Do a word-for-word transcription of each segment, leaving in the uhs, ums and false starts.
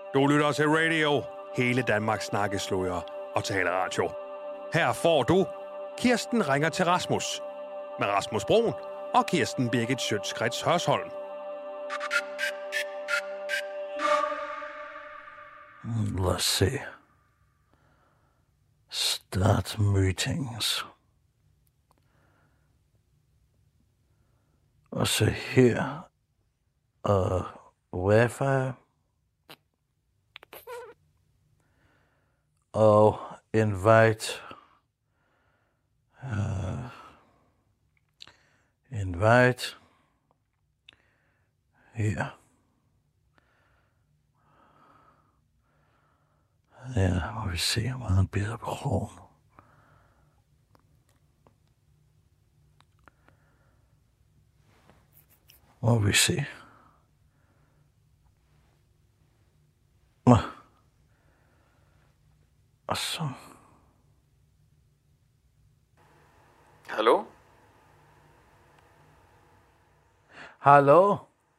Du lytter til Radio, hele Danmarks snakkesløjer og taleradio. Her får du Kirsten ringer til Rasmus med Rasmus Broen og Kirsten Birgit Schøtz-Krets Hørsholm. Lad os se. Start meetings. Og så her. Og Wi-Fi. Og invite. Uh, invite. Her. Ja, må vi se, om han beder på krogen. Må vi se. Og så... Hallo? Hallo?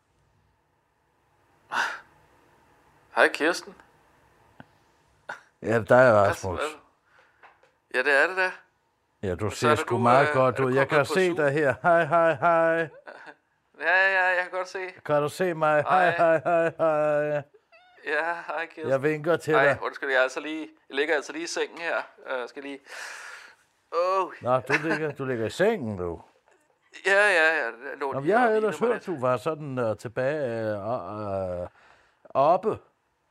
Hej Kirsten. Ja, det er dig, Rasmus. Ja, det er det da. Ja, du ser sgu meget øh, godt ud. Jeg kan se dig her. Hej, hej, hej. Ja, ja, jeg kan godt se. Kan du se mig? Hej, hej, hej, hej. Ja, hej Kirsten. Jeg vinker til Hej, dig. undskyld, jeg, er altså lige, jeg ligger altså lige i sengen her. Jeg skal lige... Oh. Nå, du ligger, du ligger i sengen, du. Ja, ja, ja. Lå Nå, jeg har ellers hørt, du var sådan uh, tilbage uh, uh, oppe.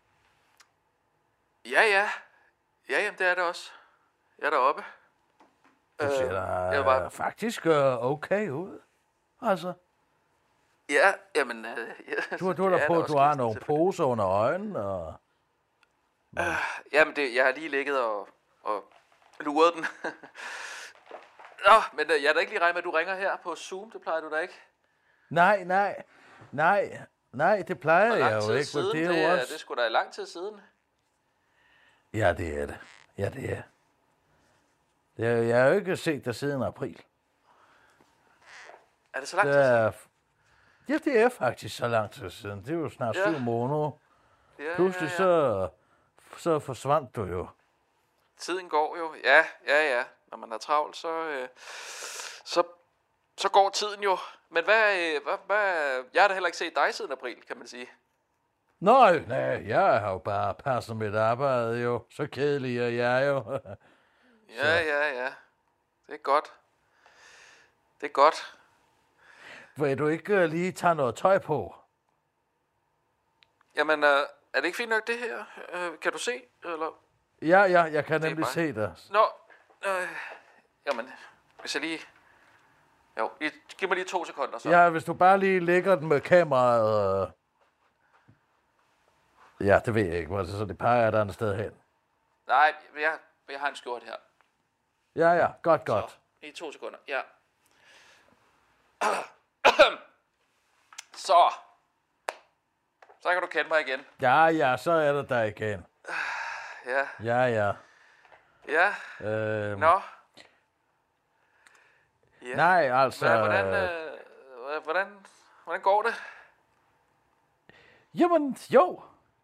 Ja, ja. Ja, jamen, det er det også. Jeg er deroppe. Du ser Øh, da jeg var- faktisk uh, okay ud. Altså, Ja, jamen... Øh, ja, du, du er det der på, det du også, har Kirsten, nogle selvfølgelig. poser under øjnene. Og... Jamen, det, jeg har lige ligget og, og luret den. Nå, men øh, jeg er da ikke lige regnet med, at du ringer her på Zoom. Det plejer du da ikke. Nej, nej, nej, nej, det plejer Hvor jeg lang jo tid ikke, siden? men det er det, jo er- også... det er sgu da lang tid siden. Ja, det er det. Ja, det er. Det er jeg har jo ikke set dig siden april. Er det så lang Det tid siden? er... Ja, det er faktisk så lang tid siden. Det er jo snart Ja. syv måneder. Ja, Pludselig ja, ja. så, så forsvandt du jo. Tiden går jo. Ja, ja, ja. Når man er travlt, så, øh, så, så går tiden jo. Men hvad, øh, hvad, hvad... Jeg har da heller ikke set dig siden april, kan man sige. Nej, nej, jeg har jo bare passet mit arbejde jo. Så kedelig er jeg jo. Ja, ja, ja. Det er godt. Det er godt. Vil du ikke uh, lige tage noget tøj på? Jamen, øh, er det ikke fint nok det her? Øh, kan du se? Eller... Ja, ja, jeg kan Det er nemlig bare- se dig. Nå, øh, jamen, hvis jeg lige... Jo, lige, giv mig lige to sekunder, så. Ja, hvis du bare lige lægger den med kameraet... Øh... Ja, det ved jeg ikke, hvor det så det peger et andet sted hen. Nej, jeg, jeg har en skjort her. Ja, ja, godt, godt. Så, lige to sekunder, ja. Så. Så kan du kende mig igen. Ja, ja, så er det der igen. Ja, Ja, ja. ja, Øhm, nå. Ja. Nej, altså... Hvad, hvordan, øh, hvordan, hvordan går det? Jamen, jo.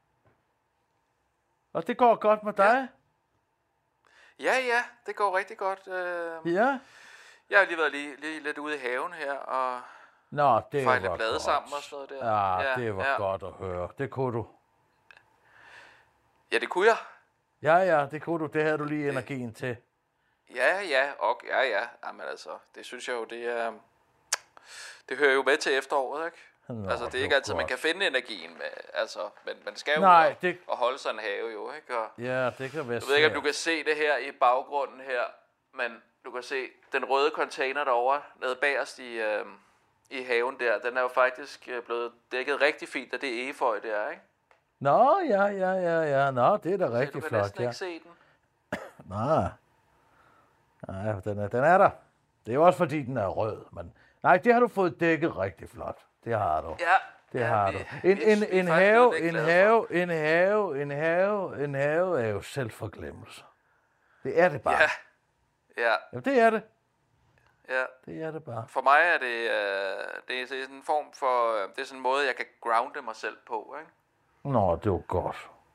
Og det går godt med dig? Ja, ja, det går rigtig godt. Øh, Ja. jeg har lige været lige, lige lidt ude i haven her, og Nå, det fejle var blade godt. sammen og sådan noget der. Ja, Ja, det var ja. godt at høre. Det kunne du. Ja, det kunne jeg. Ja, ja, det kunne du. Det havde du lige energien til. Ja, ja, og ja, ja. Jamen altså, det synes jeg jo, det er... Det hører jo med til efteråret, ikke? Nå, altså, det er det ikke var altid, man godt. kan finde energien med, altså, men man skal jo Nej, ud og, det- og holde sig en have jo, ikke? Og Ja, det kan være jeg ved ikke, om du svært. kan se det her i baggrunden her, men du kan se den røde container derovre, nede bagerst i, øh, i haven der, den er jo faktisk øh, blevet dækket rigtig fint af det egeføj der, ikke? Nå, ja, ja, ja, ja. Nå, det er da Så rigtig du kan flot, næsten ja. ikke se den. Nej. Nej, den er, den er der. Det er jo også fordi, den er rød. Men nej, det har du fået dækket rigtig flot. Det har du. Ja, Det ja, har vi- du. vi- En, vi en, er en, faktisk have, blevet en glade for. have, en have, en have, en have er jo selvforglemmelse. Det er det bare. Ja, ja, Jamen, det er det. ja. Det er det bare. For mig er det, øh, det er sådan en form for, øh, det er sådan en måde, jeg kan grounde mig selv på, ikke? Nå, det var godt.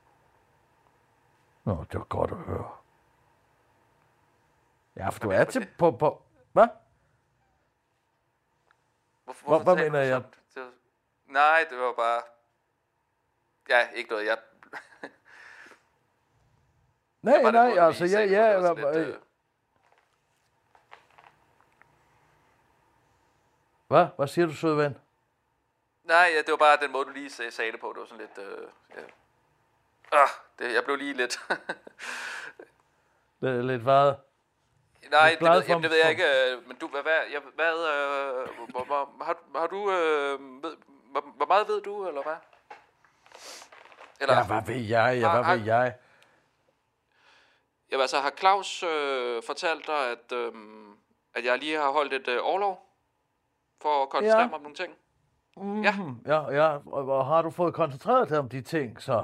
Nå, det var godt at høre. Ja, for du Hvad er mener til du det? på, på... Hvad? Hvorfor, Hvad- hvorfor hvad taler mener du jeg? sådan? Det var... Nej, det var bare... Ja, ikke noget. Jeg... Nej, det var nej, den måde, du altså, lige ja, sagde ja, det, det var sådan ja, lidt, øh, hvad? Hvad siger du, søde ven? Nej, ja, det var bare den måde, du lige sag- sagde det på. Det var sådan lidt... Øh, ja. Ah, det, jeg blev lige lidt... Lidt, lidt hvad? Nej, Lidt det glad ved, for- jamen, det ved jeg for- ikke. øh, Men du, hvad, hvad, jeg, hvad øh, hvor, hvor, har, har du, øh, ved, hvor, hvor meget ved du, eller hvad? Eller, Ja, hvad ved jeg? Ja, Har- hvad ved jeg? jamen, altså, har Claus øh, fortalt dig, at, øh, at jeg lige har holdt et øh, overlov for at koncentrere Ja. mig om nogle ting? Mm-hmm. Ja. Ja, ja, og, og har du fået koncentreret dig om de ting, så?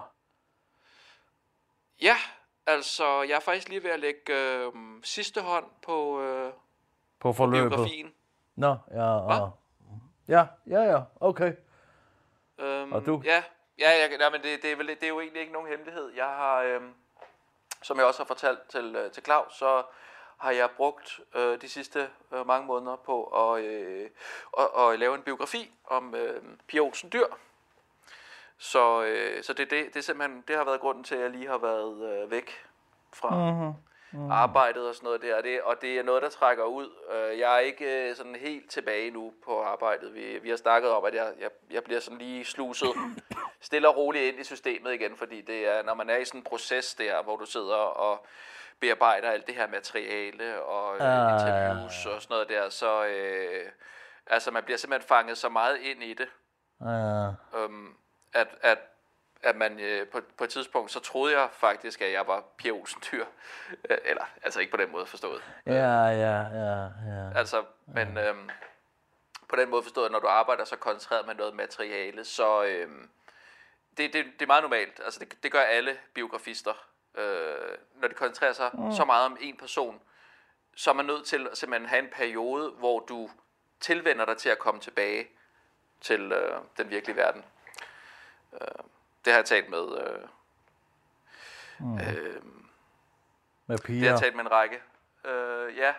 Ja, altså, jeg er faktisk lige ved at lægge øh, sidste hånd på øh, På forløbet? biografien. Nå, ja, Hva? og... Ja, ja, ja, okay. Øhm, Og du? Ja, ja, ja, nej, men det, det, er vel, det er jo egentlig ikke nogen hemmelighed. Jeg har, øhm, som jeg også har fortalt til, øh, til Claus, så har jeg brugt øh, de sidste øh, mange måneder på at, øh, at, at lave en biografi om øh, Pia Olsen Dyhr. Så, øh, så det, det, det, er simpelthen, det har været grunden til, at jeg lige har været øh, væk fra Mm-hmm. mm. arbejdet og sådan noget der. Det, og det er noget, der trækker ud. Øh, Jeg er ikke øh, sådan helt tilbage nu på arbejdet. Vi, vi har snakket om, at jeg, jeg, jeg bliver sådan lige sluset stille og roligt ind i systemet igen, fordi det er, når man er i sådan en proces der, hvor du sidder og bearbejder alt det her materiale og øh, Ah, interviews og sådan noget der, så øh, altså man bliver simpelthen fanget så meget ind i det, Ja. øhm, at, at, at man øh, på, på et tidspunkt, så troede jeg faktisk, at jeg var Pia Olsen Dyhr. Øh, Eller, altså ikke på den måde forstået. Ja, ja, ja, ja. Altså, men øhm, på den måde forstået, at når du arbejder så koncentreret med noget materiale, så øhm, det, det, det er meget normalt. Altså det, det gør alle biografister. Øh, når de koncentrerer sig mm. så meget om en person, så er man nødt til at simpelthen have en periode, hvor du tilvender dig til at komme tilbage til øh, den virkelige verden. Øh, det har jeg talt med... Øh, Mm. øh, Med det har piger. jeg talt med en række. Øh, ja.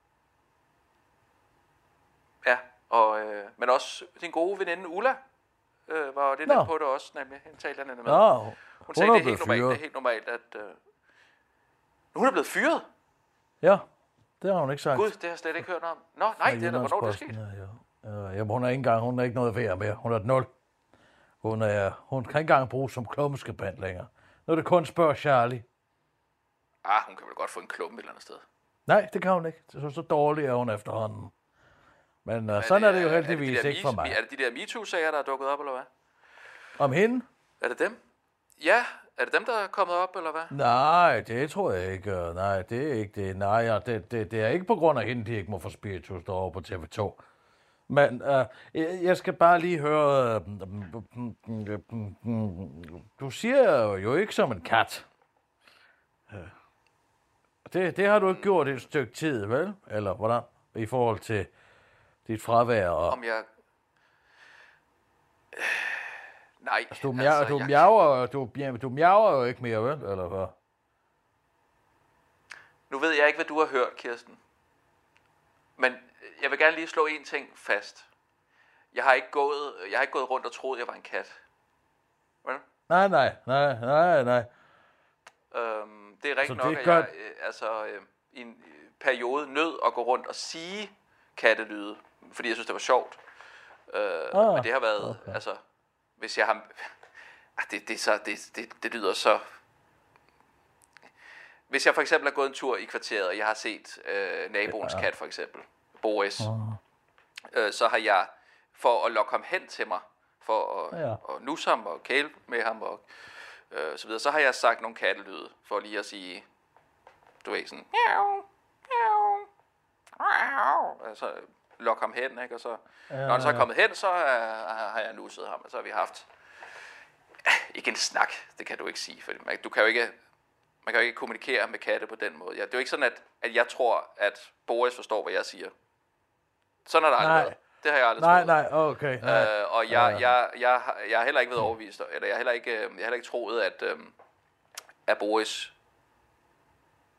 Ja, og, øh, men også din gode veninde Ulla øh, var jo lidt Nå. inde på det også, nemlig. Hende talte jeg nemlig med. Nå, Hun hun sagde, er det er blevet helt normalt, det er fyret. helt normalt, at... Øh... Hun er blevet fyret? Ja, det har hun ikke sagt. Gud, det har jeg slet ikke hørt om. Nå, nej, det er da, hvornår det er sket. Ja, ja. Ja, jamen, hun er ikke engang, hun er ikke noget værd mere. Hun er et nul. Hun, er, hun kan ikke engang bruges som klummeskabant længere. Nu er det kun spørg Charlie. Ah, hun kan vel godt få en klump et eller andet sted. Nej, det kan hun ikke. Så, så dårlig er hun efterhånden. Men uh, sådan er det jo heldigvis er det ikke for mig. Er det de der MeToo-sager, der er dukket op, eller hvad? Om hende? Er det dem? Ja, er det dem, der er kommet op, eller hvad? Nej, det tror jeg ikke. Nej, det er ikke det. Nej, ja, det, det, det er ikke på grund af hende, de ikke må få spiritus derovre på T V to. Men uh, jeg, jeg skal bare lige høre... Uh, du siger jo ikke som en kat. Uh, det, det har du ikke gjort et stykke tid, vel? Eller hvordan? I forhold til dit fravær og... Om jeg... Øh, nej, Altså, du, mjau, altså, du, mjauer, du, du mjauer jo ikke mere, vel? Eller hvad? Nu ved jeg ikke, hvad du har hørt, Kirsten. Men jeg vil gerne lige slå en ting fast. Jeg har ikke gået, jeg har ikke gået rundt og troet, jeg var en kat. Vel? Nej, nej, nej, nej, nej. Øhm, det er rigtigt Så nok, det at gør- jeg øh, altså, øh, i en øh, periode nød at gå rundt og sige kattelyde, fordi jeg synes, det var sjovt. Øh, Ah, men det har været, okay. altså, hvis jeg har... Ah, det, det, er så, det, det, det lyder så... Hvis jeg for eksempel har gået en tur i kvarteret, og jeg har set øh, naboens Ja. kat for eksempel, Boris, Ah. øh, så har jeg, for at lokke ham hen til mig, for at, Ja. at nusse ham og kæle med ham og øh, så videre, så har jeg sagt nogle kattelyde, for lige at sige, du ved, sådan, miau, miau, miau, altså lokke ham hen, ikke, og så, Ja, når han så er ja. kommet hen, så er, har jeg nusset ham, og så har vi haft, ikke en snak, det kan du ikke sige, for man, du kan jo ikke, man kan jo ikke kommunikere med katte på den måde. Ja, det er jo ikke sådan, at, at jeg tror, at Boris forstår, hvad jeg siger. Sådan har det aldrig Nej. været. Det har jeg aldrig Nej, troet. nej, okay. Nej. Øh, og jeg, Ja. jeg, jeg, har- jeg har heller ikke været overbevist, eller jeg har heller ikke, jeg har heller ikke troet, at, øhm, at Boris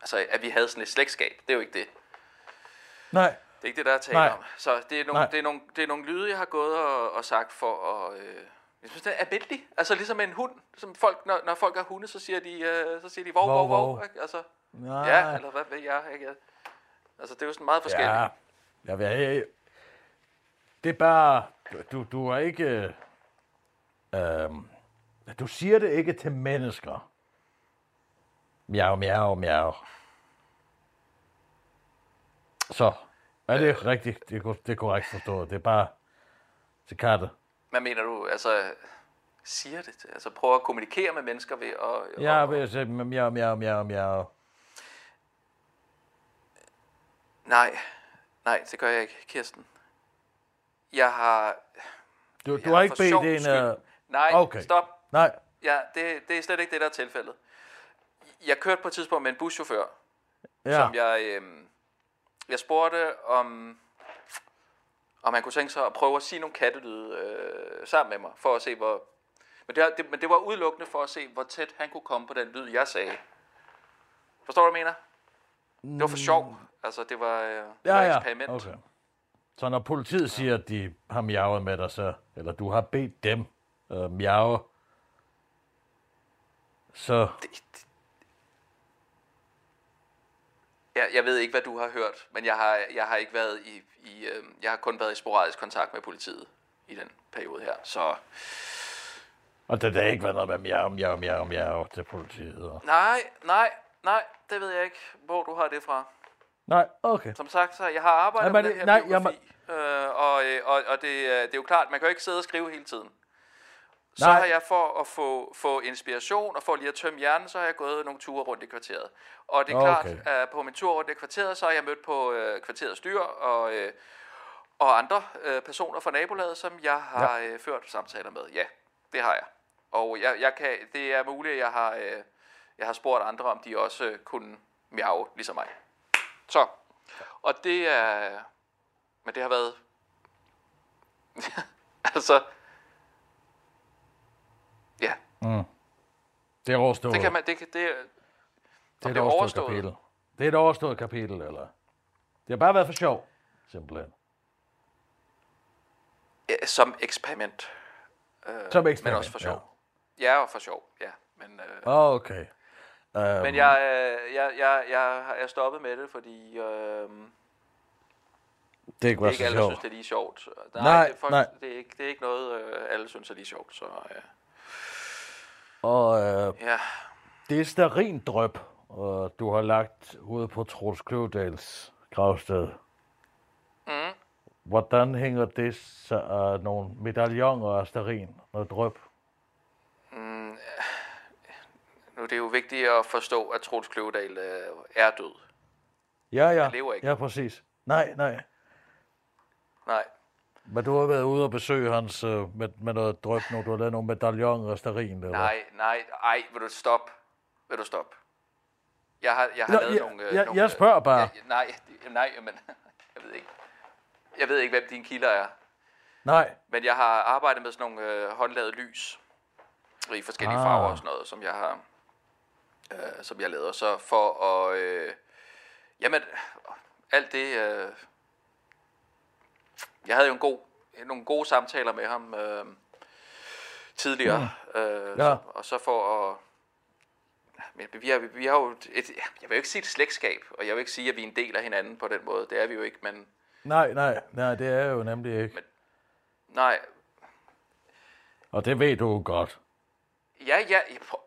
altså, at vi havde sådan et slægtskab. Det er jo ikke det. Nej. Det er ikke det, der er tale om. Så det er, nogle, det, er nogle, det er nogle lyde, jeg har gået og, og sagt for at... Øh, jeg synes, det er almindeligt. Altså ligesom en hund. Som folk, når, når folk har hunde, så siger de, øh, så siger de vov, vov, vov. Altså, ja, eller hvad ved jeg. Ikke? Altså, det er jo sådan meget forskelligt. Ja, jeg vil have... Det er bare... Du, du er ikke... Øh, du siger det ikke til mennesker. Miau, miau, miau. Så, er det øh, rigtigt? Det er, det er korrekt forstået. Det er bare til katte. Hvad mener du? Altså, siger det til? Altså, prøver at kommunikere med mennesker ved at... Ja, ved at sige miau, miau, miau, miau. Nej, nej, det gør jeg ikke, Kirsten. Jeg har... Du, jeg du har, har ikke bedt en... Uh... Nej, okay. Stop. Nej. Ja, det, det er slet ikke det, der er tilfældet. Jeg kørte på et tidspunkt med en buschauffør, ja. som jeg... Øh, jeg spurgte, om, om han kunne tænke sig at prøve at sige nogle kattelyde øh, sammen med mig, for at se, hvor... Men det, det, men det var udelukkende for at se, hvor tæt han kunne komme på den lyd, jeg sagde. Forstår du, hvad jeg mener? Det var for sjov. Altså, det var, øh, det ja, var et ja. eksperiment. Okay. Så når politiet siger, at de har miavet med dig, så, eller du har bedt dem øh, miave, så... Det, det, jeg, jeg ved ikke, hvad du har hørt, men jeg har, jeg har ikke været i... i øh, jeg har kun været i sporadisk kontakt med politiet i den periode her, så... Og det har ikke været noget med miau, miau, miau, miau til politiet? Og... Nej, nej, nej, det ved jeg ikke, hvor du har det fra. Nej, okay. Som sagt, så jeg har arbejdet nej, med det her nej, biografi, må... øh, og, og, og det, det er jo klart, man kan jo ikke sidde og skrive hele tiden. Så nej. har jeg for at få, få inspiration og for lige at tømme hjernen, så har jeg gået nogle ture rundt i kvarteret. Og det er okay. klart, at på min tur rundt i kvarteret, så har jeg mødt på øh, kvarterets dyr og, øh, og andre øh, personer fra nabolaget, som jeg har ja. øh, ført samtaler med. Ja, det har jeg. Og jeg, jeg kan, det er muligt, at jeg har, øh, jeg har spurgt andre, om de også øh, kunne miave ligesom mig. Så, og det er, men det har været, altså, ja. Mm. Det er overstået. Det kan man, det, det, det, det er et overstået, overstået kapitel. Det er et overstået kapitel, eller? Det har bare været for sjov, simpelthen. Ja, som eksperiment. Øh, som eksperiment, men også for sjov. Ja, ja og for sjov, ja. Men, øh, oh, okay. Um, men jeg, øh, jeg, jeg, jeg er stoppet med det, fordi øh, det er ikke, det er ikke alle, der synes, det er lige sjovt. Nej, nej, det, folk, nej. Det, er ikke, det er ikke noget, øh, alle synes er lige sjovt. Så, øh. Og øh, ja. det er stearindrøb, og du har lagt ude på Troels Kløvedals gravsted. Mm. Hvordan hænger det så uh, nogle medaljoner af stearin og drøb? Mm, nu er det jo vigtigt at forstå, at Troels Kløvedal øh, er død. Ja, ja. Han lever ikke. Ja, præcis. Nej, nej. Nej. Men du har været ude og besøge hans øh, med, med noget drøb, når du har lavet nogle medaljoner af stearin, eller? Nej, nej, ej, vil du stoppe? Vil du stoppe? Jeg har, jeg har Nå, lavet jeg, nogle... Øh, jeg, nogle jeg spørger bare. Øh, nej, nej, men jeg ved ikke. Jeg ved ikke, hvem dine kilder er. Nej. Men jeg har arbejdet med sådan nogle øh, håndlavede lys i forskellige ah. farver og sådan noget, som jeg har, øh, som jeg lavede. Så for at, øh, jamen, alt det, øh, jeg havde jo en god, nogle gode samtaler med ham øh, tidligere, mm. øh, ja. så, og så for at, men vi har, vi har jo et, jeg vil jo ikke sige et slægtskab, og jeg vil ikke sige, at vi er en del af hinanden på den måde, det er vi jo ikke, men... Nej, nej, nej, det er jo nemlig ikke. Men, nej. Og det ved du godt. Ja, ja, jeg prøv...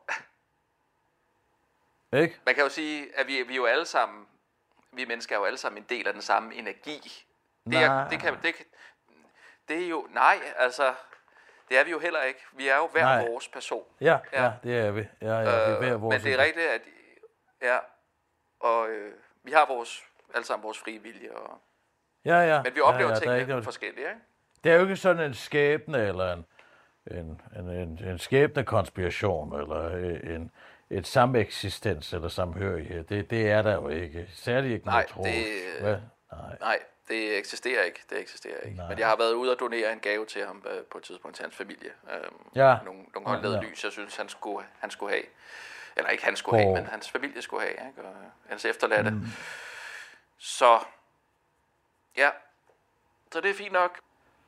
Ikke? Man kan jo sige, at vi, vi er jo alle sammen, vi mennesker er jo alle sammen en del af den samme energi. Det er, det kan, det, det er jo, nej, altså, det er vi jo heller ikke. Vi er jo hver nej. vores person. Ja, ja, ja, det er vi. Ja, ja, øh, vi er hver vores. Men det er rigtigt, at, ja, og øh, vi har vores, alle sammen vores frie vilje. Og, ja, ja. Men vi oplever ja, ja, tingene noget... forskellige, ikke? Det er jo ikke sådan en skæbne, eller en, en, en, en, en skæbnekonspiration, eller en, et sameksistens, eller samhørighed. Det, det er der jo ikke. Særligt ikke nej, noget det, nej. nej, det eksisterer ikke. Det eksisterer ikke. Nej. Men jeg har været ude og donere en gave til ham øh, på et tidspunkt til hans familie. Øhm, ja. Nogle, nogle håndlavede ja, ja. lys, jeg synes, han skulle, han skulle have. Eller ikke han skulle have, men hans familie skulle have, ikke? Og hans efterladte. Mm. Så, ja. Så det er fint nok.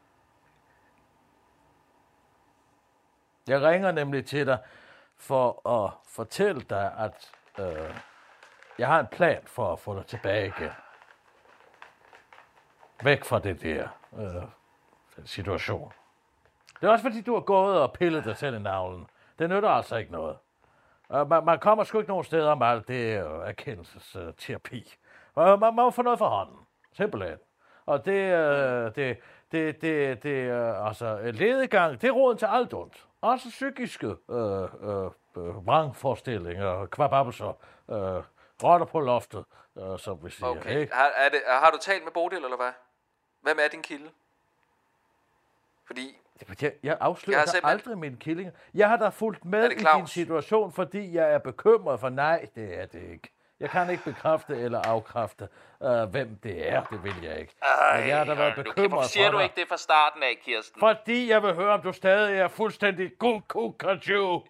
Jeg ringer nemlig til dig for at fortælle dig, at øh, jeg har en plan for at få dig tilbage igen. Væk fra det der øh, situation. Det er også fordi, du har gået og pillet dig selv i navlen. Det nytter altså ikke noget. Uh, man, man kommer sgu ikke nogen steder med alt det uh, erkendelsesterapi. Uh, man må få noget for hånden. Simpelthen. Og det, uh, det, det, det, det uh, altså, ledegang, det er roden til alt ondt. Også psykiske uh, uh, uh, vrangforestillinger, kvababelser, uh, rotter på loftet, uh, som vi siger. Okay. Ikke? Har, er det, har du talt med Bodil, eller hvad? Hvem er din kilde? Fordi... Jeg, jeg afslører jeg dig simpelthen... aldrig mine killinger. Jeg har da fulgt med i din situation, fordi jeg er bekymret for nej, det er det ikke. Jeg kan ikke bekræfte eller afkræfte, uh, hvem det er. Det vil jeg ikke. Ej, Men jeg har da været bekymret hvorfor siger for du dig. ikke det fra starten af, Kirsten? Fordi jeg vil høre, om du stadig er fuldstændig god kukachu.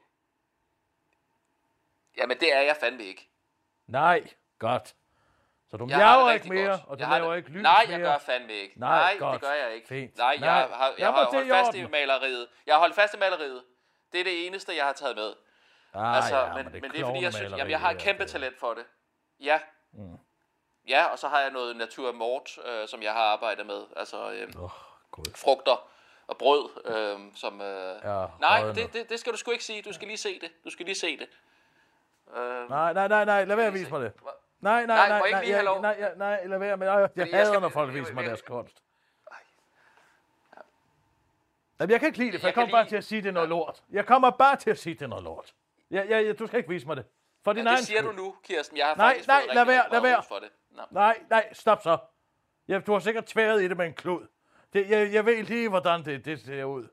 Jamen, det er jeg fandme ikke. Nej, godt. Så du Jeg mjager ikke mere, godt. og du Jeg har laver det- ikke lys Nej, mere. jeg gør fandme ikke. Nej, Nej, godt. det gør jeg ikke. Fint. Nej, jeg Nej. har, har, jeg Jamen, har det er holdt i fast i orden. maleriet. Jeg har holdt fast i maleriet. Det er det eneste, jeg har taget med. Ah, altså, ja, men, men, men det er fordi, jeg synes, jamen, jeg har et kæmpe det. talent for det. Ja. Mm. Ja, og så har jeg noget natur mort, øh, som jeg har arbejdet med. Altså øh, Oh, God. frugter og brød, øh, som... Øh, Ja, nej, højne. det, det, det skal du sgu ikke sige. Du skal lige se det. Du skal lige se det. Øh, Nej, nej, nej, nej, lad være at vise mig det. Hva- Nej, nej, Nej, nej, må jeg ikke nej, lige have lov? nej, nej, nej, lad være med, jeg, jeg jeg hader, skal- når folk jeg- viser jeg- mig jeg- deres kunst. Ej. Jamen, jeg kan ikke lide det, for jeg, Jeg kan kommer bare lide- til at sige, det er noget lort. Jeg kommer bare til at sige, det er noget lort. Jeg, jeg, jeg, du skal ikke vise mig det. For din Ja, egen det siger skyld. du nu, Kirsten. Jeg har Nej, faktisk nej, fået lad rigtig være, meget lad være. ros for det. Nå. Nej, nej, stop så. Ja, du har sikkert tværet i det med en klud. Det, jeg, jeg ved lige, hvordan det, det ser ud.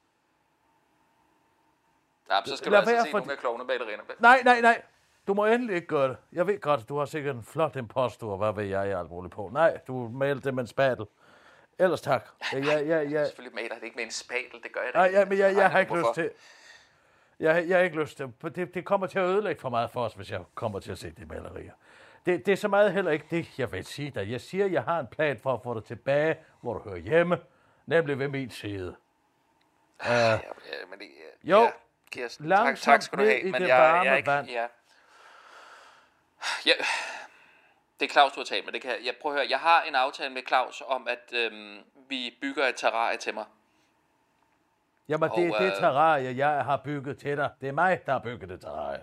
Ja, så skal Lad du altså være se for- nogle af klovnemalerierne. Nej, nej, nej. Du må endelig ikke gøre det. Jeg ved godt, du har sikkert en flot impostor, hvad ved jeg, jeg er alt muligt på. Nej, du maler det med en spadel. Ellers tak. Jeg, jeg, jeg, jeg, Selvfølgelig maler det ikke med en spadel, det gør jeg da nej, ikke. ja, men jeg, jeg har ikke Hvorfor? lyst til... Jeg, jeg har ikke lyst til... Det, det kommer til at ødelægge for meget for os, hvis jeg kommer til at se de malerier. Det, det er så meget heller ikke det, jeg vil sige dig. Jeg siger, jeg har en plan for at få dig tilbage, hvor du hører hjemme, nemlig ved min side. Uh, Ja, ja, men det, Jo, ja, Kirsten, tak, langsomt tak skal du ned have. i Men det jeg, varme jeg, er ikke, vand. ja. Ja, det er Claus, du har talt med. Det kan, jeg, prøv at høre, jeg har en aftale med Claus om, at øhm, vi bygger et terrarie til mig. Jamen, det er Og, det øh, terrarie, jeg har bygget til dig. Det er mig, der har bygget det terrarie.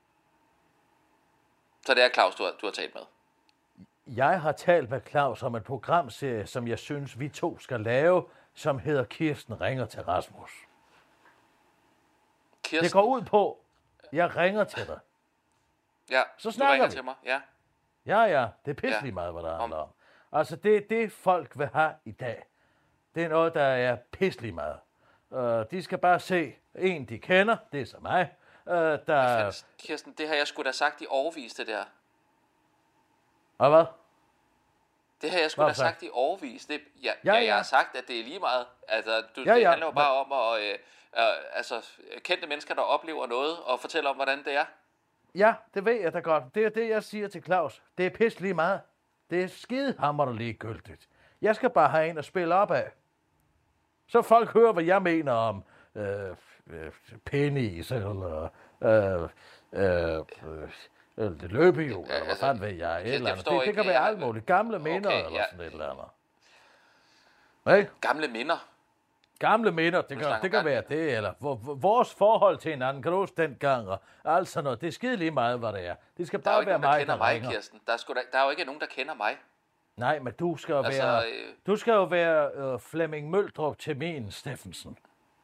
Så det er Claus, du har, du har talt med. Jeg har talt med Claus om en programserie, som jeg synes, vi to skal lave, som hedder Kirsten ringer til Rasmus. Kirsten, Det går ud på, jeg ringer til dig. ja, så du snakker ringer vi. til mig. Ja. Ja, ja, det er pisselig Ja. meget, hvad der Om- handler om. Altså, det er det, folk vil have i dag. Det er noget, der er pisselig meget. Uh, de skal bare se en, de kender, det er så mig. Uh, der... Kirsten, det har jeg sgu da sagt i årevis, det der. Og hvad? Det har jeg sgu Hvad da har du sagt? sagt i årevis. Det, ja, Ja, ja, ja. jeg har sagt, at det er lige meget. Altså, du, Ja, det ja, handler jo men- bare om at øh, øh, altså, kendte mennesker, der oplever noget, og fortælle om, hvordan det er. Ja, det ved jeg da godt. Det er det, jeg siger til Claus. Det er pisselig meget. Det er skidehammer ligegyldigt. Jeg skal bare have en at spille op af. Så folk hører, hvad jeg mener om øh, øh, penis, eller øh, øh, øh, løbehjul, eller hvad altså, fanden ved jeg, et jeg eller andet. forstår Det, det ikke, kan være jeg- alt muligt. Gamle minder, Okay, eller ja. sådan et eller andet. Ikke? Gamle minder. Gamle minder, det kan, snakker det kan om være det, eller hvor- hvor- vores forhold til hinanden, kan du huske dengang, og alt sådan noget. Det er skide lige meget, hvad det er. Det skal Der er jo bare ikke være nogen, der mig, kender der mig, ringer. Kirsten. Der er, sgu da, der er jo ikke nogen, der kender mig. Nej, men du skal jo Altså, være, øh, du skal jo være uh, Flemming Møldrup til min Steffensen.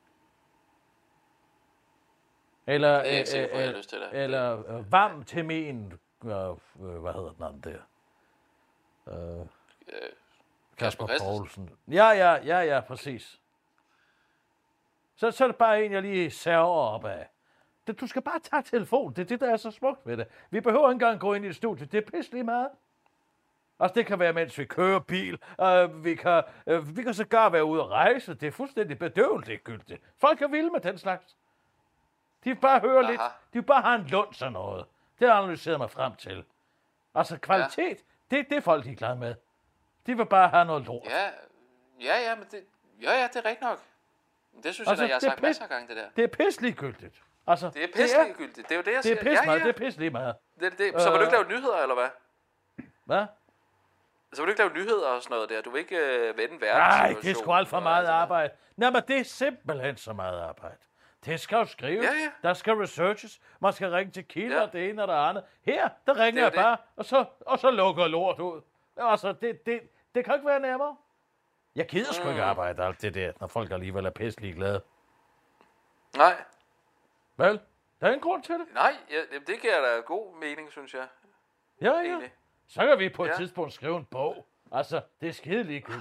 Eller, Det er jeg ikke sikker på, jeg har øh, lyst til det. eller uh, Vam til min, uh, hvad hedder den anden der? Uh, Øh, Kasper Christensen. Poulsen. Ja, ja, ja, ja, præcis. Så, så er det bare en, jeg lige server op af. Det, du skal bare tage telefonen. Det er det, der er så smukt ved det. Vi behøver ikke engang gå ind i et studie. Det er pisselig meget. Altså, det kan være, mens vi kører bil. Uh, vi, kan, uh, vi kan sågar være ude at rejse. Det er fuldstændig bedøvende ligegyldigt. Folk er vilde med den slags. De vil bare høre Aha. lidt. De vil bare have en lund sådan noget. Det har jeg analyseret mig frem til. Altså kvalitet, ja. det, det er folk, de er glade med. De vil bare have noget lort. Ja, ja, ja, men det, ja, ja, det er rigtigt nok. Det synes Altså, jeg, da, jeg har det er sagt pis- masser af gange, det der. Det er pisligegyldigt. Altså, Det er pisligegyldigt. Det er jo det, jeg Det siger. er pis ja, meget, ja. det er pis lige meget. Det, det, så vil du ikke lave nyheder, eller hvad? Hvad? Så vil du ikke lave nyheder og sådan noget der? Du vil ikke øh, vende verden? Nej, det er sgu alt for meget arbejde. Nej, men det er simpelthen så meget arbejde. Det skal jo skrives. Ja, ja. Der skal researches. Man skal ringe til kilder, Ja. det ene og det andet. Her, der ringer Det er jeg jo bare, og så, og så lukker lort ud. Altså, det, det, det kan ikke være nemmere. Jeg gider sgu ikke Mm. arbejde alt det der, når folk alligevel er pisselig glade. Nej, Vel, der er en grund til det. nej, ja, jamen, det giver da god mening, synes jeg. Ja, ja. Egentlig. Så kan vi på et Ja. tidspunkt skrive en bog. Altså, det er skide ligegyldigt.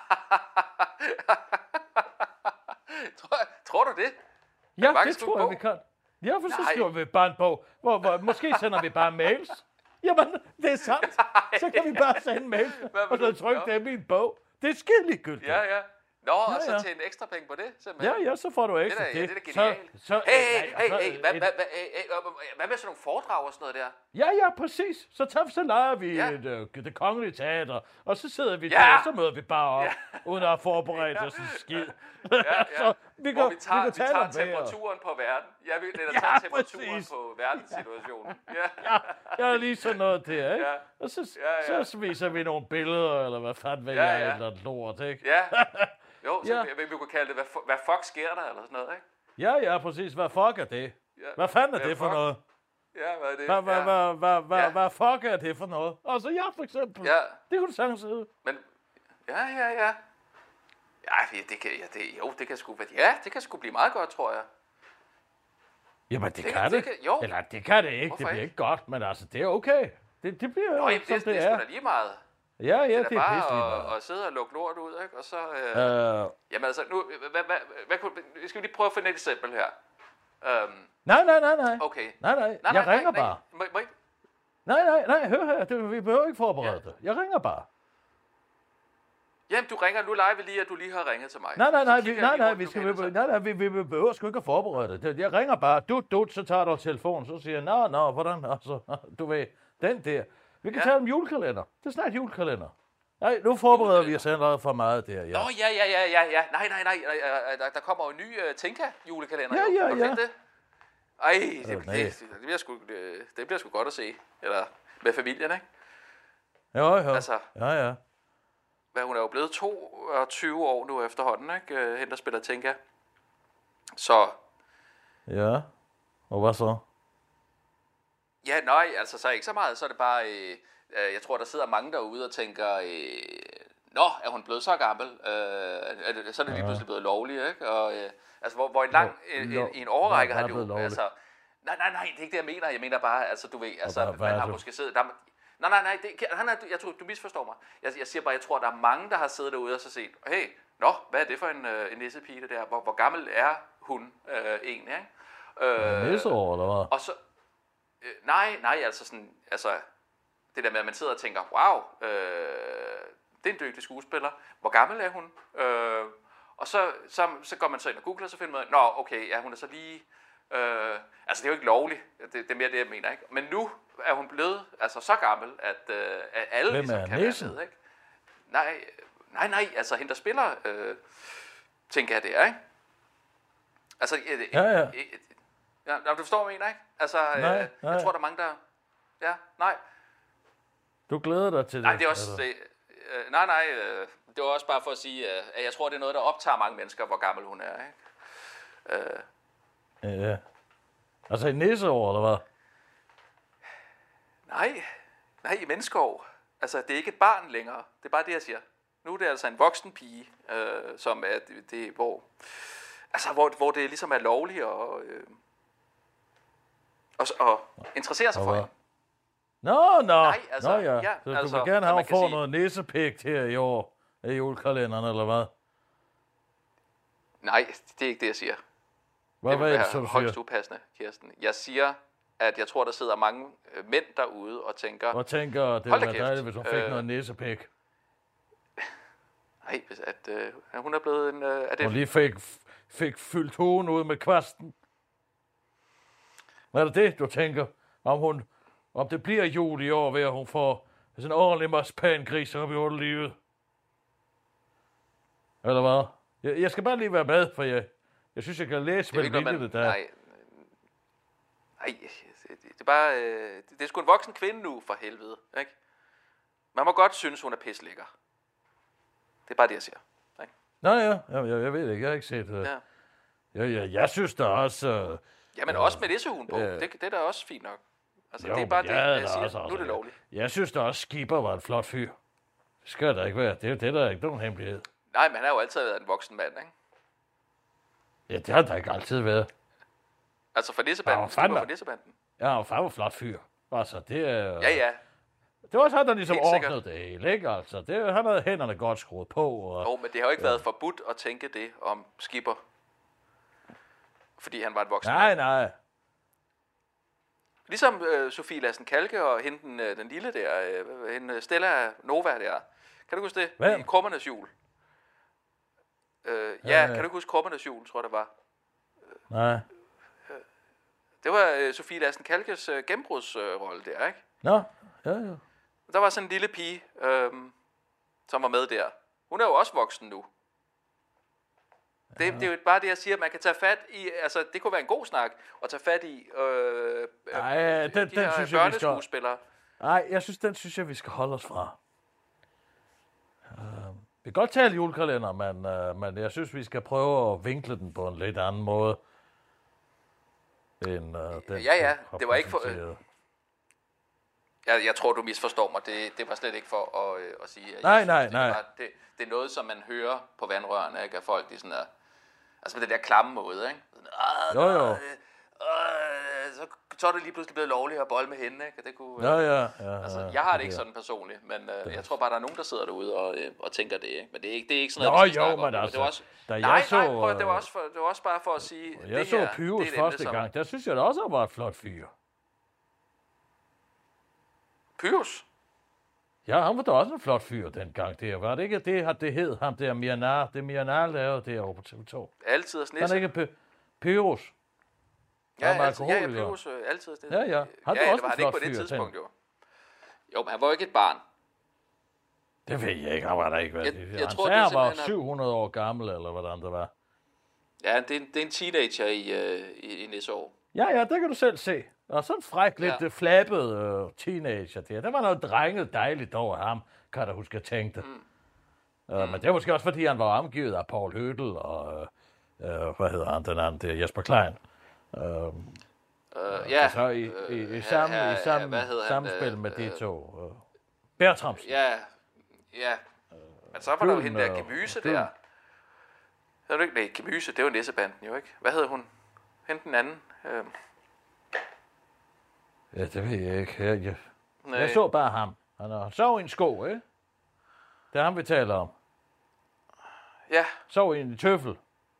tror, tror du det? Ja, bare det skrive tror jeg, bog? vi kan. Ja, for så Nej. skriver vi bare en bog. Hvor, hvor, måske sender vi bare mails. Jamen, det er sandt. Så kan vi bare sende mails, og så vil du- trykke Nå. dem i en bog. Det er skide ligegyldigt. Ja, ja. Nå, Ja, og så ja. tjene ekstra penge på det, Ja, simpelthen. ja, så får du Det er ekstra da, ja, det er da Så, genialt. så, Hey, hey, nej, hey, så, hey, hvad, et- hvad, hvad, hey, hey, øh, hvad med sådan nogle foredrag og sådan noget der? Ja, ja, præcis. Så, tager, så leger vi Ja. et, uh, det kongelige teater, og så sidder vi Ja. der, og så møder vi bare op, uden at have forberedt os en skid. Ja, ja. så vi Hvor kan, vi tager, vi vi kan tale tager om vejret. temperaturen på verden. Jeg vil lidt at Ja, tage temperaturen præcis. på verdenssituationen. Ja. Ja, jeg er lige sådan noget der, ikke? Ja. Og så, Ja, ja. så viser vi nogle billeder, eller hvad fanden ved Ja, jeg, ja. eller et lort, ikke? Ja. Jo, så Ja. vi, vi kunne kalde det, hvad, fu- hvad fuck sker der, eller sådan noget, ikke? Ja, ja, præcis. Hvad fuck er det? Ja. Hvad fanden er Hvad det for fuck? noget? Ja, hvad er det? Hvad, hvad, ja. hvad, hvad, hvad, Ja. hvad fuck er det for noget? Altså, jeg for eksempel. Ja, Det kunne du sagtens sige. men... Ja, ja, ja. Ja, det kan, ja, det, jo, det kan sgu, ja, det kan sgu blive meget godt, tror jeg. Jamen, det, Det det kan- kan det det. kan- jo. Eller, det kan det ikke. Hvorfor Det bliver ikke? ikke godt, men altså, det er okay. Det, det bliver Nå, jo, jamen, som det, det, det er er. sgu da lige meget. Ja, ja, Det det er er da bare pisselig at, at sidde og lukke lort ud, ikke? Og så... Øh, meget. Øh, Jamen altså, nu, hvad, hvad, hvad, kunne, vi skal lige prøve at finde et eksempel her. Um, nej, nej, nej, nej. okay. Nej, nej. Nej, Jeg nej, ringer nej, bare. Nej, må, må ikke? Nej, nej, nej. Hør her. Det, vi behøver ikke forberede Ja. det. Jeg ringer bare. Jamen, du ringer. Nu leger vi lige, at du lige har ringet til mig. Nej, nej, Så nej, vi, kigger nej, jeg lige nej, rundt vi i skal, lokalet, vi, nej, nej, vi, vi, vi behøver sgu ikke at forberede det. det. Jeg ringer bare, du, du, så tager du telefonen, så siger jeg, nå, nå, hvordan, altså, du ved, den der. Vi kan Ja. tale om julekalender. Det er snart julekalender. Nej, nu forbereder vi os allerede for meget der, ja. Nå, ja, ja, ja, ja, ja. Nej, nej, nej. øh, øh, Der, der kommer jo en ny uh, Tinka-julekalender. Ja, jo. ja, Har du ja. set det? Ej, det, Øh, det, nej. det, det, bliver sgu, det, det bliver sgu godt at se. Eller med familien, ikke? Jo, jo. Altså, Ja, ja. hvad, hun er jo blevet toogtyve år nu efterhånden, ikke? Øh, Hende, der spiller Tinka. Så, Ja. Og hvad så? ja, nej, altså så ikke så meget. Så er det bare, øh, øh, jeg tror, der sidder mange derude og tænker, øh, nå, er hun blevet så gammel? Øh, er det, så er det lige Ja. pludselig blevet lovligt, ikke? Og, øh, altså, hvor, hvor en lang, Lo- en, lo- en, en overrække hvad har er det blevet jo, lovligt? altså, nej, nej, nej, det er ikke det, jeg mener. Jeg mener bare, altså, du ved, altså, hvad- hvad man er har det? måske siddet, der, er- nej, nej, nej, det, han er, jeg tror, du misforstår mig. Jeg, jeg siger bare, jeg tror, der er mange, der har siddet derude og så set, hey, nå, hvad er det for en, øh, en nissepige, det der? Hvor, hvor gammel er hun øh, egentlig, ikke? Øh, Næseår, eller hvad? og så, øh, nej, nej, altså sådan, altså, det der med, at man sidder og tænker, wow, øh, det er en dygtig skuespiller. Hvor gammel er hun? Øh, og så, så, så går man så ind og googler, og så finder man, nå, okay, ja, hun er så lige, øh, altså det er jo ikke lovligt, det, det er mere det, jeg mener, ikke? Men nu er hun blevet altså så gammel, at, øh, at alle Hvem ligesom er kan Nissen? være med, ikke? Nej, nej, nej, altså hende, der spiller, øh, tænker jeg det er, ikke? Altså, øh, Ja, ja. øh, øh, ja, du forstår, hvad jeg mener, ikke? Altså, øh, Nej, jeg nej. tror, der er mange, der, ja, nej, Du glæder dig til det. nej, det er også, altså. det, øh, nej, nej, øh, det var også bare for at sige, øh, at jeg tror, det er noget, der optager mange mennesker, hvor gammel hun er, ikke? Øh, Ja. Altså i næseår, eller hvad? nej, nej, i menneskeår. Altså, det er ikke et barn længere. Det er bare det, jeg siger. Nu er det altså en voksen pige, øh, som er det, det hvor, altså, hvor, hvor det ligesom er lovligt at, øh, og, og interessere sig Og for hvad? hende. Nå, nå. Nej, altså, nå ja. ja, Så du altså, vil gerne at have, man at kan få sige- noget næsepigt her i år i julekalenderen, eller hvad? Nej, det er ikke det, jeg siger. Hvad Det var vil det, være så du højst siger? upassende, Kirsten. Jeg siger, at jeg tror, der sidder mange øh, mænd derude og tænker, Og tænker, det Hold da ville være kæft. dejligt, hvis hun fik Øh, noget næsepik. nej, hvis at øh, hun er blevet en... Øh, er det, Hun lige fik, fik fyldt hovedet ud med kvasten. Er det det, du tænker? Om hun, om det bliver jul i år, ved at hun får sådan en ordentlig marsipangris op i underlivet? Eller hvad? Jeg, jeg skal bare lige være med, for jeg, jeg synes, jeg kan læse Det er med ikke noget, vildt man... der. Nej, nej, det det er bare... øh, Det er sgu en voksen kvinde nu, for helvede, ikke? Man må godt synes, hun er pislækker. Det er bare det, jeg siger. Ikke? Nå ja, jeg, jeg, jeg ved det ikke, jeg har ikke set det. Ja. Jeg, jeg, jeg synes da også... Øh, Jamen også med nissehuen på. Ja. Det, det er da også fint nok. Altså, jo, det er bare men det, jeg jeg er da siger. også- Nu er det lovligt. Jeg, jeg synes da også, Skipper var en flot fyr. Det skal der ikke være. Det er jo det, der er ikke nogen hemmelighed. Nej, men han har jo altid været en voksen mand, ikke? Ja, det har der ikke altid været. Altså for Ja, nissebanden. hvor Skipper fanden for nissebanden. Ja, og far var flot fyr. Altså, det er... Ja, ja. Det var også han, der ligesom Helt sikkert. ordnede det hele, ikke? Altså, det, han havde hænderne godt skruet på. Og, Jo, men det har jo ikke ja. været forbudt at tænke det om Skipper. Fordi han var en voksen nej, mand. nej. Ligesom øh, Sofie Lassen Kalke og hende, den, øh, den lille der, øh, hende Stella Nova der. Kan du huske det? Hvem? I Krummernes Jul. Øh, ja, Ja, ja. kan du ikke huske Krummernes Jul, tror jeg det var. Nej. Det var øh, Sofie Lassen Kalkes øh, gennembrudsrolle øh, der, ikke? Nå, ja, ja. Der var sådan en lille pige, øh, som var med der. Hun er jo også voksen nu. Det, det er jo bare det, jeg siger, man kan tage fat i, altså det kunne være en god snak, at tage fat i øh, Ej, øh, den- de den her synes jeg, vi skal- børneskuespillere. Nej, jeg synes, den synes jeg, vi skal holde os fra. Uh, vi kan godt tale julekalender, men, uh, men jeg synes, vi skal prøve at vinkle den på en lidt anden måde. End, uh, den, Ja, ja, den det var ikke for- præsenteret. Jeg, jeg tror, du misforstår mig. Det, det var slet ikke for at, øh, at sige, at Nej, jeg synes, nej, det, nej. er bare- det, det er noget, som man hører på vandrørene, ikke? At folk, de sådan er, altså på den der klamme måde, ikke? Sådan, "Ah, Jo, nå, jo. øh, øh, så, så er det lige pludselig blevet lovligt at bolle med hende, ikke? Og det kunne, Ja, ja, ja. altså, ja, jeg har det ikke der. sådan personligt, men øh, jeg tror bare, der er nogen, der sidder derude og, øh, og tænker det, ikke? Men det er ikke, det er ikke sådan Nå, noget, vi skal jo, snakke om. men det altså, var også, da jeg nej, så, nej, prøv, at- det var, øh, også for, det var også bare for at sige, Jeg det så her, Pyrus det er et emne, første som- gang. Der synes jeg da også, at var et flot fyr. Pyrus? Ja, han var da også en flot fyr dengang. Det var det ikke, det, det hed ham der Miranar. Det Miranar lavede derovre på T V to. Altid at Han snisse. er ikke Py- Pyrus. Ja, Han var altid, ja, ja, alkoholiker. Pyrus, øh, altid. Det, Ja, ja. Han var ja, også det var en han ikke flot på det fyr, tidspunkt, jo. Jo, men han var jo ikke et barn. Det ved jeg ikke, han var der ikke. Jeg- Jeg, jeg han tror, sagde, det han var simpelthen er- syv hundrede år gammel, eller hvordan det var. Ja, det er en, det er en teenager i, øh, i, i næste år. Ja, ja, det kan du selv se. Og sådan en fræk, lidt Ja. ja. flappet uh, teenager der. Det var noget drenget dejligt over ham, kan jeg da huske, jeg tænkte. Mm. Uh, mm. Men det var måske også, fordi han var omgivet af Paul Hødel og, uh, uh, hvad hedder han, den anden, det er Jesper Klein. Uh, Uh, ja, så i, i, i, sammen, her- i sammen, hvad hedder han, samspil øh, med de øh, to. Uh, Bertramsen. ja, ja. Men så var der jo hende der Gylden, Gemyse Gylden. der. Havde du ikke? Nej, Gemyse, det var nissebanden jo, ikke? Hvad hed hun? Hende den anden? Øh, Ja, det ved jeg ikke. Jeg, jeg, nej. jeg så bare ham. Han er- sov i en sko, ikke? Det er ham, vi taler om. Ja, Sov i en tøffel.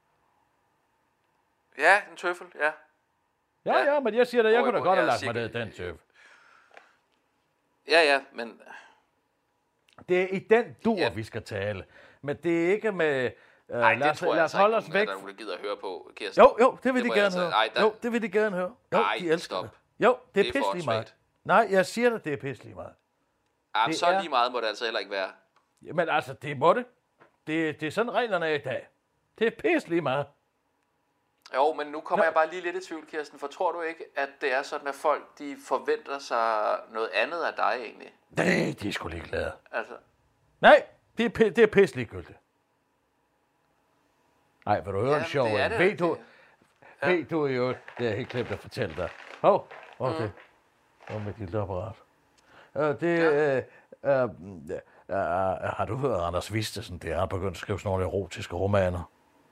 ja, en tøffel, ja. Ja, Ja. ja, men jeg siger da, jeg Hvor- kunne da hvor godt have jeg lagt mig sikkert- ned i den tøffel. Ja, ja, men Det er i den dur, Ja. vi skal tale. Men det er ikke med... Uh, nej, lad det os, tror jeg lad os altså holde ikke, os nogen, væk. at der er nogen, der gider at høre på, Kirsten. Jo, jo, det vil Det de må gerne jeg altså- høre. nej, der- Jo, det vil de gerne høre. Jo, Nej, de elsker stop. det. Jo, det er, Det er for pisselig meget. åndssvagt. Nej, jeg siger dig, det er pisselig meget. Ah, det så er- lige meget må det altså heller ikke være. Men altså, det må det. Det, det er sådan reglerne er i dag. Det er pisselig meget. Jo, men nu kommer Nå. jeg bare lige lidt i tvivl, Kirsten, for tror du ikke, at det er sådan, at folk de forventer sig noget andet af dig egentlig? Nej, de er sgu ligeglade. Altså, Nej, det er, pi- det er pisselig gyldigt. Nej, vil du høre Ja, en men sjov det er en? det Ved jo, du, det- ved du jo, det er jeg helt glemt at fortælle dig. Hov, okay. Mm. Hov med dit apparat. Uh, det, Ja. uh, uh, uh, har du hørt Anders Vistesen? Det er han begyndt at skrive sådan nogle erotiske romaner.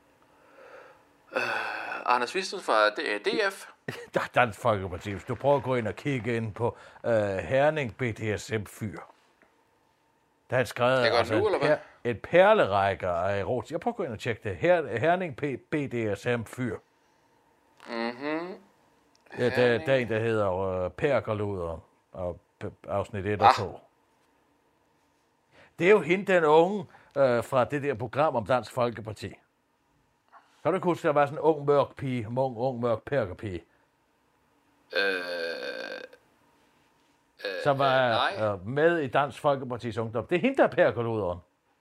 Anders Visten fra D- DF. Der er Dansk Folkeparti. Hvis du prøver at gå ind og kigge ind på uh, Herning B D S M-fyr. Der er han skrevet Det er godt nu, en, eller hvad? et perlerække af erotisk. Jeg prøver at gå ind og tjekke det. Her, Herning P- B D S M-fyr. Mhm. Ja, der, der er en, der hedder uh, Perkerluder, og p- afsnit et Ah. og to. Det er jo hende, den unge, uh, fra det der program om Dansk Folkeparti. Kan du ikke huske, der var sådan en ung, mørk pige, ung, ung, mørk perkerpige? Øh, øh, som var øh, øh, med i Dansk Folkepartis Ungdom. Det er hende, der er perkoloderen.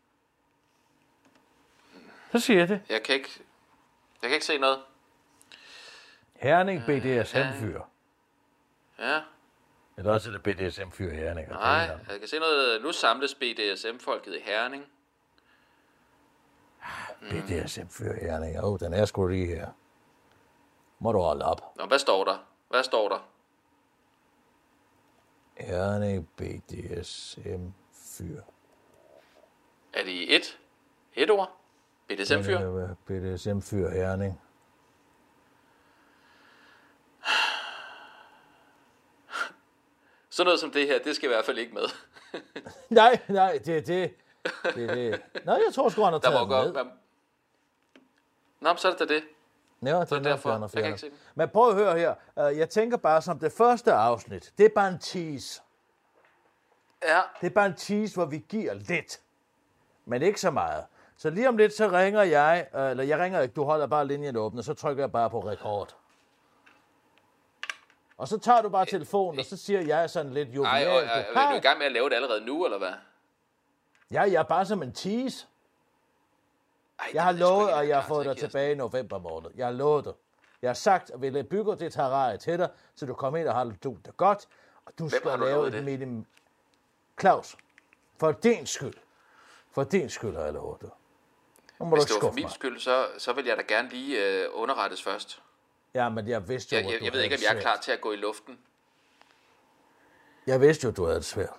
Så siger jeg det. Jeg kan ikke, jeg kan ikke se noget. Herning B D S M-fyr. Ja. Eller også er det B D S M-fyr i Herning. Nej, jeg kan se noget. Nu samles B D S M-folket i Herning. B D S M-fyr i Herning. Jo, den er sgu lige her. Må du holde op. Nå, hvad står der? Hvad står der? Herning B D S M-fyr. Er det i et? Et ord? B D S M-fyr? B D S M-fyr i Herning. Sådan noget som det her, det skal i hvert fald ikke med. nej, nej, det er det. det, er det. Nej, jeg tror sgu, han har taget den med. Man... Nå, så er det det. Ja, det så er derfor. derfor. Jeg kan ikke se den. Men prøv at høre her. Jeg tænker bare som det første afsnit. Det er bare en tease. Ja. Det er bare en tease, hvor vi giver lidt. Men ikke så meget. Så lige om lidt, så ringer jeg. Eller jeg ringer ikke, du holder bare linjen åben, og så trykker jeg bare på rekord. Og så tager du bare telefonen, og så siger jeg sådan lidt jovialt. Nej, er du i gang med at lave det allerede nu, eller hvad? Ja, jeg er bare som en tease. Ej, jeg har lovet, og jeg har fået dig tilbage i november måned. Jeg har lovet det. Jeg har sagt, at vi bygger det terrarie til dig, så du kommer ind og har det, det godt. Og du Hvem skal du lave et det? minimum. Claus, for din skyld. For din skyld har jeg lovet det. Hvis det var for min skyld, så, så vil jeg da gerne lige øh, underrettes først. Ja, men jeg vidste jo, jeg, jeg, jeg, jeg ved ikke, om jeg er klar til at gå i luften. Jeg vidste jo, du havde det svært.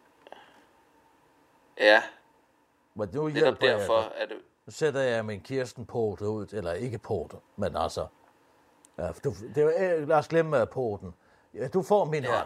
Ja. Men nu netop derfor jeg er det... Nu sætter jeg min Kirsten porte ud, eller ikke porte, men altså... Ja, du, det er, lad os glemme porten. Ja, du får min ja. hånd.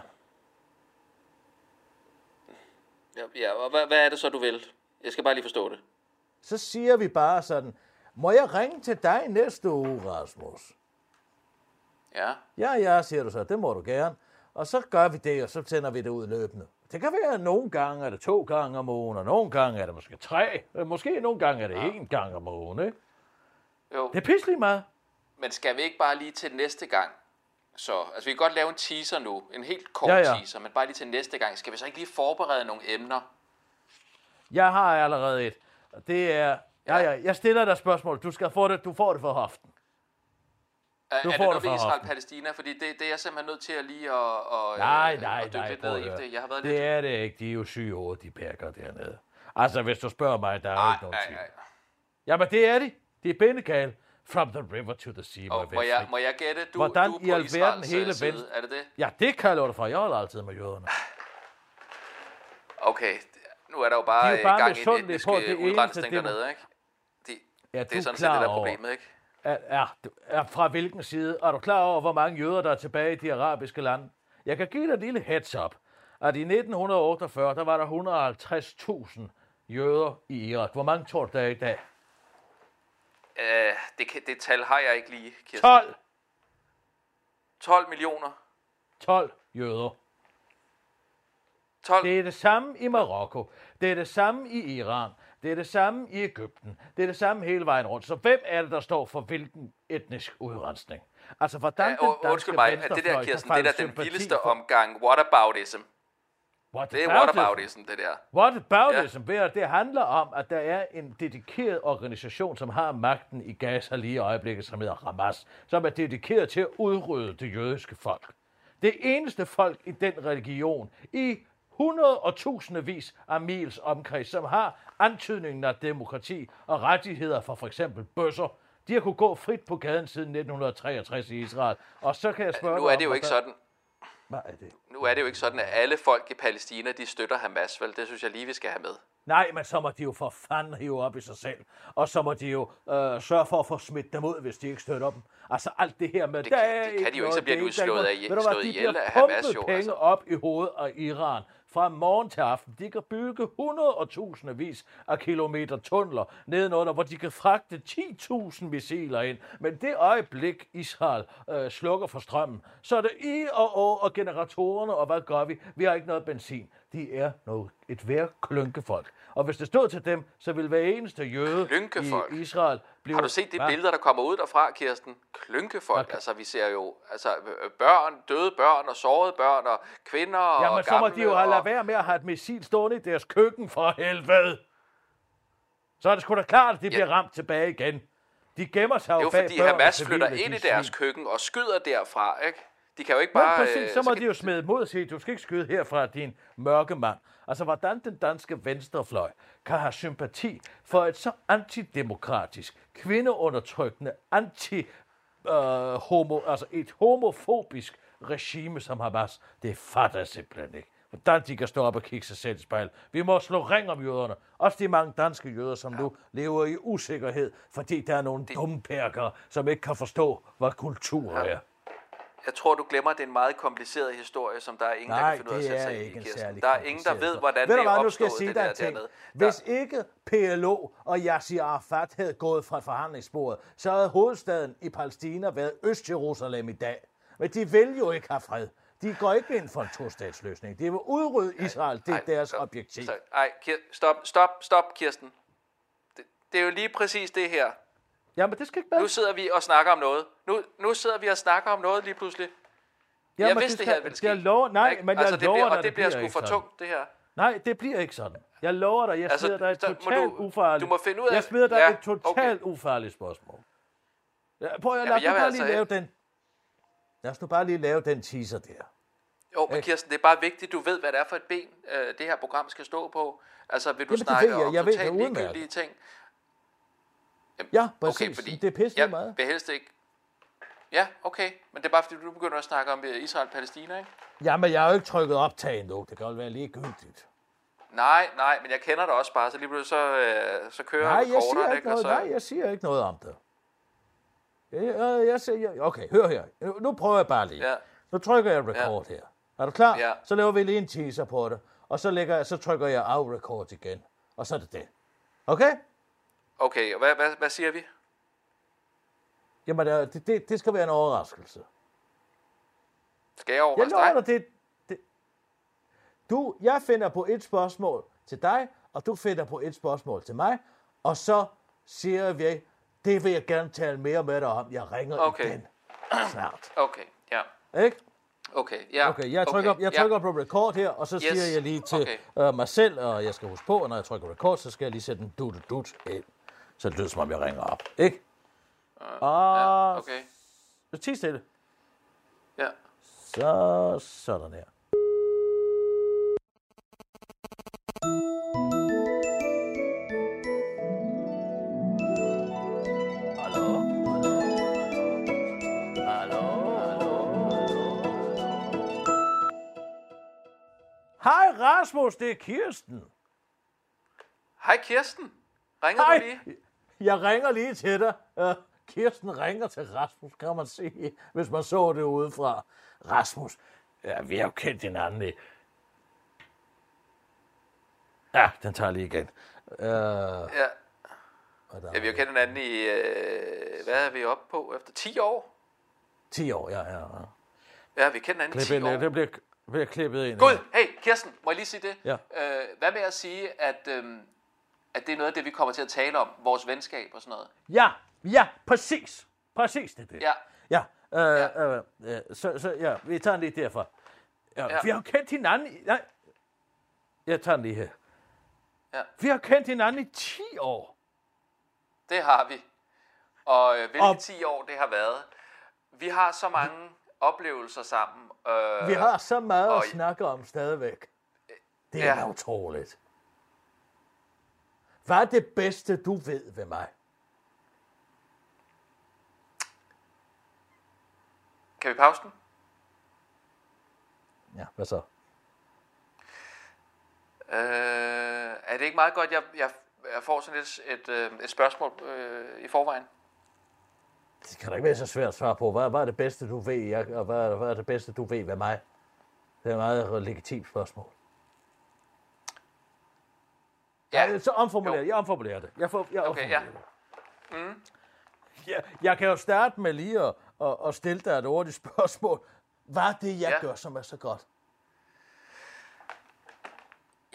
Ja, ja, og hvad, hvad er det så, du vil? Jeg skal bare lige forstå det. Så siger vi bare sådan, må jeg ringe til dig næste uge, Rasmus? Ja. Ja, ja, siger du så, det må du gerne. Og så gør vi det, og så sender vi det ud løbende. Det kan være, at nogle gange er det to gange om ugen, og nogle gange er det måske tre. Måske nogle gange er det ja. en gang om ugen, ikke? Jo. Det er pisselig meget. Men skal vi ikke bare lige til næste gang? Så, altså vi kan godt lave en teaser nu, en helt kort ja, ja. teaser, men bare lige til næste gang. Skal vi så ikke lige forberede nogle emner? Jeg har allerede et. Det er, ja, ja, jeg stiller dig spørgsmål. Du skal få det, du får det for hoften. Du er det noget ved Israel-Palæstina? Fordi det, det er jeg simpelthen nødt til at lige at, og, nej, øh, nej, at dykke nej, lidt ned i det. Jeg har været det lidt... er det ikke. De er jo syge over, de bærker dernede. Altså, hvis du spørger mig, der er ej, ikke nogen tvivl. Jamen, det er de. Det er bindekal. From the river to the sea. Og må, jeg, må jeg gætte, du, Hvordan du er i på alverden hele side, venstre... er det det? Ja, det kan jeg love dig for. Jeg holder altid med jøderne. Okay, nu er der jo bare, de er bare gang i en etnisk udrensning dernede, ikke? De, ja, det er sådan set det der problemet, ikke? Er, er, er fra hvilken side? Er du klar over, hvor mange jøder, der er tilbage i de arabiske lande? Jeg kan give dig et lille heads up, at i nitten otteogfyrre, der var der et hundrede og halvtreds tusind jøder i Irak. Hvor mange tror du, der er i dag? Uh, det, kan, det tal har jeg ikke lige, Kirsten. tolv! tolv millioner? tolv jøder. tolv? Det er det samme i Marokko. Det er det samme i Iran. Det er det samme i Egypten. Det er det samme hele vejen rundt. Så hvem er det, der står for hvilken etnisk udrensning? Altså, hvordan ja, den danske mig, det der, Kirsten, det er den vildeste for... omgang whataboutism. What det er whataboutism, det der. Whataboutism, ja. Det handler om, at der er en dedikeret organisation, som har magten i Gaza lige i øjeblikket, som hedder Hamas, som er dedikeret til at udrydde det jødiske folk. Det eneste folk i den religion, i hundrede og tusindvis af mils omkreds, som har antydningen af demokrati og rettigheder for for eksempel bøsser, de har kunne gå frit på gaden siden nitten treogtres i Israel. Og så kan jeg spørge Nu er det jo ikke sådan. Hvad er det? Nu er det jo ikke sådan, at alle folk i Palæstina, de støtter Hamas, vel? Det synes jeg lige, vi skal have med. Nej, men så må de jo for fanden hive op i sig selv. Og så må de jo øh, sørge for at få smidt dem ud, hvis de ikke støtter dem. Altså alt det her med... Det, det, det kan de jo ikke, så bliver de jo slået af slået ihjel af Hamas, jo. De penge altså. op i hovedet af Iran fra morgen til aften. De kan bygge hundrede og tusindvis af kilometer tunneler nedenunder, hvor de kan fragte ti tusind missiler ind. Men det øjeblik, Israel øh, slukker for strømmen, så er det i og å og generatorerne, og hvad gør vi? Vi har ikke noget benzin. de er noget, et værre klynkefolk. Og hvis det stod til dem, så ville hver eneste jøde Klynkefolk. i Israel blive... Har du set de Hva? billeder, der kommer ud derfra, Kirsten? Klynkefolk. Okay. Altså, vi ser jo altså, børn, døde børn og sårede børn og kvinder og Jamen, så gamle. må de jo have og... lade være med at have et missil stående i deres køkken for helvede. Så er det sgu da klart, at de ja. bliver ramt tilbage igen. De gemmer sig jo, jo bag fordi børn Hamas og flytter civile, ind i de deres svin. køkken og skyder derfra, ikke? De kan jo ikke Ja, bare... præcis, så må øh, de jo smide mod og sige, du skal ikke skyde herfra, din mørke mand. Altså, hvordan den danske venstrefløj kan have sympati for et så antidemokratisk, kvindeundertrykkende, anti, øh, homo, altså et homofobisk regime som Hamas, det fatter jeg simpelthen ikke. Hvordan de kan stå op og kigge sig selv i spejl. Vi må slå ring om jøderne. Også de mange danske jøder, som ja. nu lever i usikkerhed, fordi der er nogle det... dumme perker, som ikke kan forstå, hvad kultur ja. er. Jeg tror, du glemmer, at det er en meget kompliceret historie, som der er ingen, Nej, der kan finde ud af at sætte sig ikke i, Kirsten. Der er ingen, der ved, hvordan ved det er hvad, opstået, sige det der ting. dernede. Hvis Der... ikke P L O og Yasser Arafat havde gået fra forhandlingsbordet, så havde hovedstaden i Palæstina været Øst-Jerusalem i dag. Men de vil jo ikke have fred. De går ikke ind for en to-statsløsning. De vil udrydde Israel. Det er Ej, deres stop, objektiv. Nej, stop, stop, stop, Kirsten. Det, det er jo lige præcis det her. Jamen, det skal ikke være. Nu sidder vi og snakker om noget. Nu, nu sidder vi og snakker om noget lige pludselig. Jamen, jeg vidste, det, skal, det her ville ske. Jeg lover, nej, ikke? men jeg altså, det lover bliver, dig, og det bliver sgu for tungt, det her. Nej, det bliver ikke sådan. Jeg lover dig, jeg altså, smider dig et totalt du, ufarligt... Du må finde ud af... Jeg smider dig ja, et totalt okay. ufarligt spørgsmål. Ja, prøv at Jamen, lad os bare altså lige lave ikke. den... Lad os nu bare lige lave den teaser der. Jo, men Kirsten, det er bare vigtigt, du ved, hvad det er for et ben, øh, det her program skal stå på. Altså, vil du Jamen, snakke jeg. om Jeg totalt ved det ligegyldige ting? Jamen, ja, præcis. Okay, fordi det er pisse jeg meget. vil helst ikke... Ja, okay. Men det er bare, fordi du begynder at snakke om Israel-Palæstina, ikke? Jamen, jeg har jo ikke trykket optag endnu. Det kan jo være ligegyldigt. Nej, nej, men jeg kender dig også bare, så lige pludselig så, øh, så kører nej, jeg recorderen, siger ikke ikke? noget, Så... nej, jeg siger ikke noget om det. Jeg, jeg, jeg siger, okay, hør her. Nu, nu prøver jeg bare lige. Ja. Nu trykker jeg record ja. her. Er du klar? Ja. Så laver vi lige en teaser på det. Og så, lægger jeg, så trykker jeg af record igen. Og så er det det. Okay? Okay, og hvad, hvad, hvad siger vi? Jamen, det, det, det skal være en overraskelse. Skal jeg overraske jeg lover dig? dig, det, det. Du, jeg finder på et spørgsmål til dig, og du finder på et spørgsmål til mig. Og så siger vi, det vil jeg gerne tale mere med dig om. Jeg ringer okay. igen snart. Okay, ja. Ikke? Okay, ja. Okay, jeg trykker, okay, jeg trykker ja. på record her, og så yes. siger jeg lige til okay. uh, mig selv, og jeg skal huske på, at når jeg trykker record, så skal jeg lige sætte en dut-dut ind. Så det lyder som om, jeg ringer op. Ikke? Uh, og ja, okay. Så tig stille. Ja. Så sådan her. Hallo? Hallo? Hej Rasmus, det er Kirsten. Hej Kirsten. Ringer Hej. du lige? Jeg ringer lige til dig. Uh, Kirsten ringer til Rasmus, kan man sige, hvis man så det udefra. Rasmus, ja, vi har jo kendt hinanden i... Ja, den tager lige igen. Uh, ja. Ja, vi har kendt hinanden i... Øh, hvad er vi oppe på? Efter ti år? ti år, ja, ja. Ja, ja vi har kendt hinanden i ti år. Det bliver, bliver klippet ind. Gud, hey Kirsten, må jeg lige sige det? Ja. Øh, hvad med at sige, at... Øh, at det er noget af det, vi kommer til at tale om, vores venskab og sådan noget. Ja, ja, præcis. Præcis det er det. Ja. Ja, øh, ja. Øh, øh, så, så ja, vi tager den lige derfra. Ja, ja. Vi har kendt hinanden i... Nej, jeg tager den lige her. Ja. Vi har kendt hinanden i ti år. Det har vi. Og øh, hvilke og, ti år det har været. Vi har så mange vi, oplevelser sammen. Øh, vi har så meget og, at snakke om stadigvæk. Det er ja. utroligt. Hvad er det bedste, du ved ved mig? Kan vi pause den? Ja, hvad så? Øh, er det ikke meget godt, jeg, jeg, jeg får sådan et, et, et, et spørgsmål øh, i forvejen? Det kan da ikke være så svært at svare på. Hvad, hvad er det bedste, du ved, jeg, og hvad, hvad er det bedste, du ved ved mig? Det er et meget legitimt spørgsmål. Ja, ja så omformulerer jeg omformulerer det. Jeg, får, jeg okay, ja. det. Mm. Jeg, jeg kan jo starte med lige at, at, at stille dig et ordigt spørgsmål. Hvad er det, jeg ja. gør, som er så godt?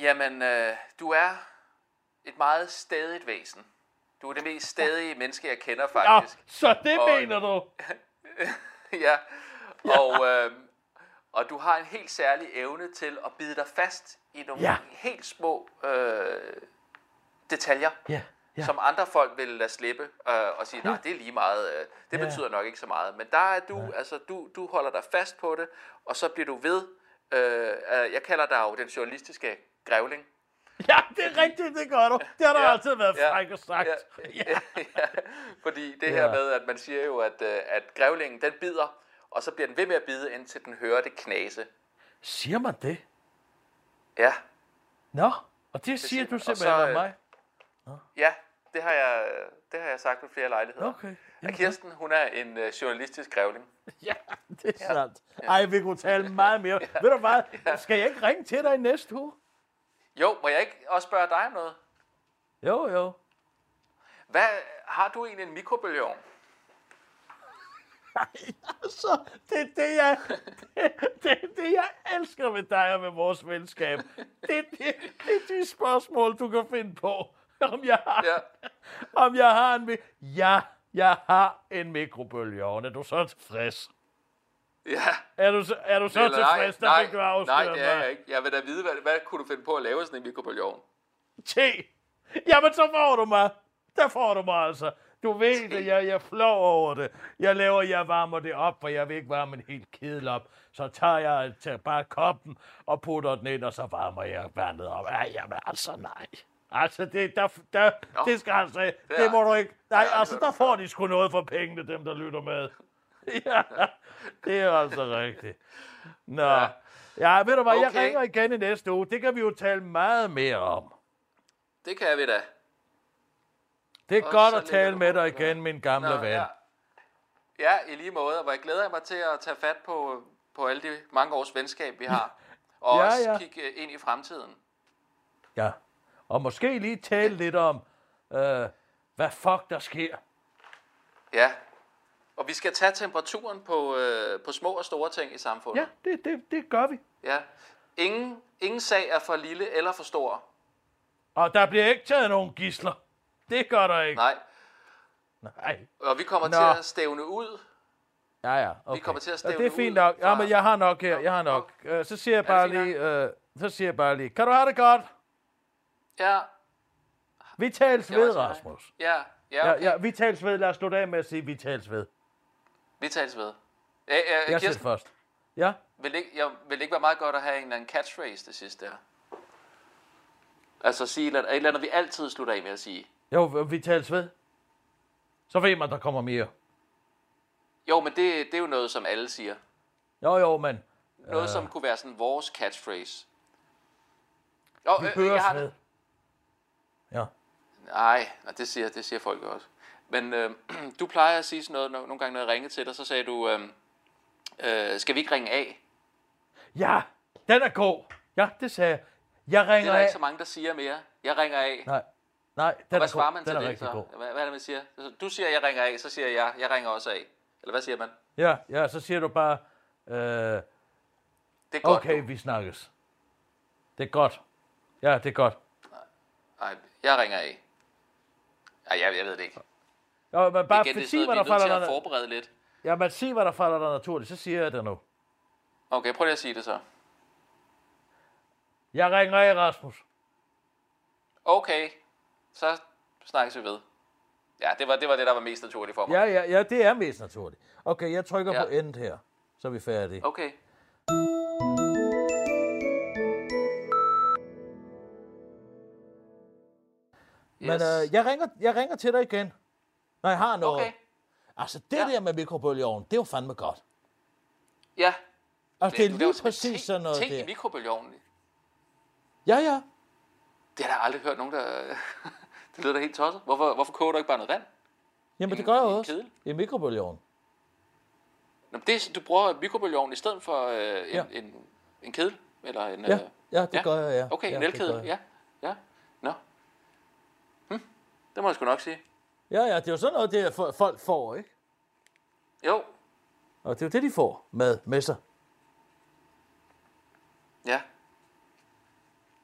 Jamen, øh, du er et meget stædigt væsen. Du er det mest stædige menneske, jeg kender, faktisk. Ja, så det og, mener du? ja, og, øh, og du har en helt særlig evne til at bide dig fast i nogle ja. helt små øh, detaljer, ja. Ja. som andre folk vil lade slippe øh, og sige, nej, det er lige meget, øh, det ja. betyder nok ikke så meget. Men der er du, ja. altså du, du holder dig fast på det, og så bliver du ved. Øh, jeg kalder dig jo den journalistiske grævling. Ja, det er rigtigt, det gør du. Det har du ja, altid været ja, fræk og sagt. Ja, ja. ja, fordi det her ja. med, at man siger jo, at, at grævlingen, den bider, og så bliver den ved med at bide, indtil den hører det knase. Siger man det? Ja. Nå, og det, det siger du simpelthen så, om mig? Nå. Ja, det har, jeg, det har jeg sagt ved flere lejligheder. Okay. At Kirsten, hun er en uh, journalistisk grævling. Ja, det er sandt. Ja. Ej, vi kunne tale meget mere. ja. Ved du hvad, ja. skal jeg ikke ringe til dig i næste uge? Jo, må jeg ikke også spørge dig om noget? Jo, jo. Hvad, har du egentlig en mikrobølgeovn? Nej, altså, det er det, jeg, det, det, det, jeg elsker ved dig og med vores venskab. Det, det, det, det er de spørgsmål, du kan finde på. Om jeg har, ja. om jeg har en... Ja, jeg har en mikrobølgeovn. Er du så tilfreds? Ja. Er du, er du så Eller tilfreds, der nej, fik du afsløre Nej, det er jeg ikke. Jeg vil da vide, hvad, hvad kunne du finde på at lave sådan en mikrobølgeovn? Te. Jamen, så får du mig. Der får du mig altså. Du ved det, jeg, jeg flår over det. Jeg laver, jeg varmer det op, for jeg vil ikke varme en helt kedel op. Så tager jeg tager bare koppen og putter den ind, og så varmer jeg vandet op. Ej, jamen altså, nej. Altså, det, der, der, det skal altså, det, det må du ikke. Nej, altså, der får de sgu noget for pengene, dem der lytter med. Ja, det er altså rigtigt. Nå. Ja, ja ved du hvad, okay. Jeg ringer igen i næste uge. Det kan vi jo tale meget mere om. Det kan vi da. Det er og godt at tale med dig igen, min gamle Nå, ven. Ja. ja, i lige måde. Og jeg glæder mig til at tage fat på, på alle de mange års venskab, vi har. Og ja, også ja. kigge ind i fremtiden. Ja, og måske lige tale lidt om, øh, hvad fuck der sker. Ja, og vi skal tage temperaturen på, øh, på små og store ting i samfundet. Ja, det, det, det gør vi. Ja. Ingen, ingen sag er for lille eller for stor. Og der bliver ikke taget nogen gidsler. Det gør der ikke. Nej. Nej. Og vi kommer Nå. til at stævne ud. Ja, ja. Okay. Vi kommer til at stævne ud. Ja, det er fint nok. Fra... Ja, men jeg har nok her. Jeg har nok. Uh, så siger jeg bare lige, uh, så siger jeg bare lige, kan du have det godt? Ja. Vi tales ved, Rasmus. Ja, ja, okay. ja, ja, vi tales ved. Lad os slutte af med at sige, vi tales ved. Vi tales ved. Æ, æ, jeg siger først. Ja? Vil ikke, jeg, vil ikke være meget godt at have en eller anden catchphrase det sidste her? Altså sige et eller andet, vi altid slutter af med at sige. Jo, vi tales ved. Så ved man, der kommer mere. Jo, men det, det er jo noget, som alle siger. Jo, jo, men... Noget, øh... som kunne være sådan vores catchphrase. Jo, vi øh, høres jeg har... ved. Ja. Nej, nej, det siger, det siger folk også. Men øh, du plejer at sige sådan noget, nogle gange når jeg ringede til dig, så sagde du, øh, øh, skal vi ikke ringe af? Ja, den er god. Ja, det sagde jeg. Jeg ringer af. Det er der ikke så mange, der siger mere. Jeg ringer af. Nej, nej, den hvad er svarer god. man Den til er det, så? god. Hvad, hvad er det, man siger? Du siger, jeg ringer af, så siger jeg, jeg ringer også af. Eller hvad siger man? Ja, ja, så siger du bare, øh, det er godt, okay, du. vi snakkes. Det er godt. Ja, det er godt. Nej, jeg ringer af. Nej, jeg, jeg ved det ikke. Ja, men bare Igen, det er sig, hvad der falder dig. dig. Forberede lidt. Ja, men sig, hvad der falder dig naturligt, så siger jeg det nu. Okay, prøv lige at sige det så. Jeg ringer af, Rasmus. Okay, så snakkes vi ved. Ja, det var det, var det der var mest naturligt for mig. Ja, ja, ja, det er mest naturligt. Okay, jeg trykker ja. på end her, så er vi færdige. Okay. Men øh, jeg, ringer, jeg ringer til dig igen, når jeg har noget. Okay. Altså, det ja. der med mikrobølgeovnen, det er jo fandme godt. Ja. Altså, det er lige præcis sådan noget ting der. Ting i mikrobølgeovnen. Ja, ja. Det har jeg aldrig hørt nogen, der... det lyder da helt tosset. Hvorfor, hvorfor koger du ikke bare noget vand? Jamen, en, det gør jeg også. Kedel? I mikrobølgeovnen. Nå, det, du bruger mikrobølgeovnen i stedet for øh, en, ja. en, en, en kedel? Eller en, ja. Øh, ja, det ja. gør jeg, ja. Okay, ja, en elkedel, ja. Ja, nå. Hm, det må jeg sgu nok sige. Ja, ja, det er jo sådan noget, det folk får, ikke? Jo. Og det er jo det, de får med, med sig. Ja.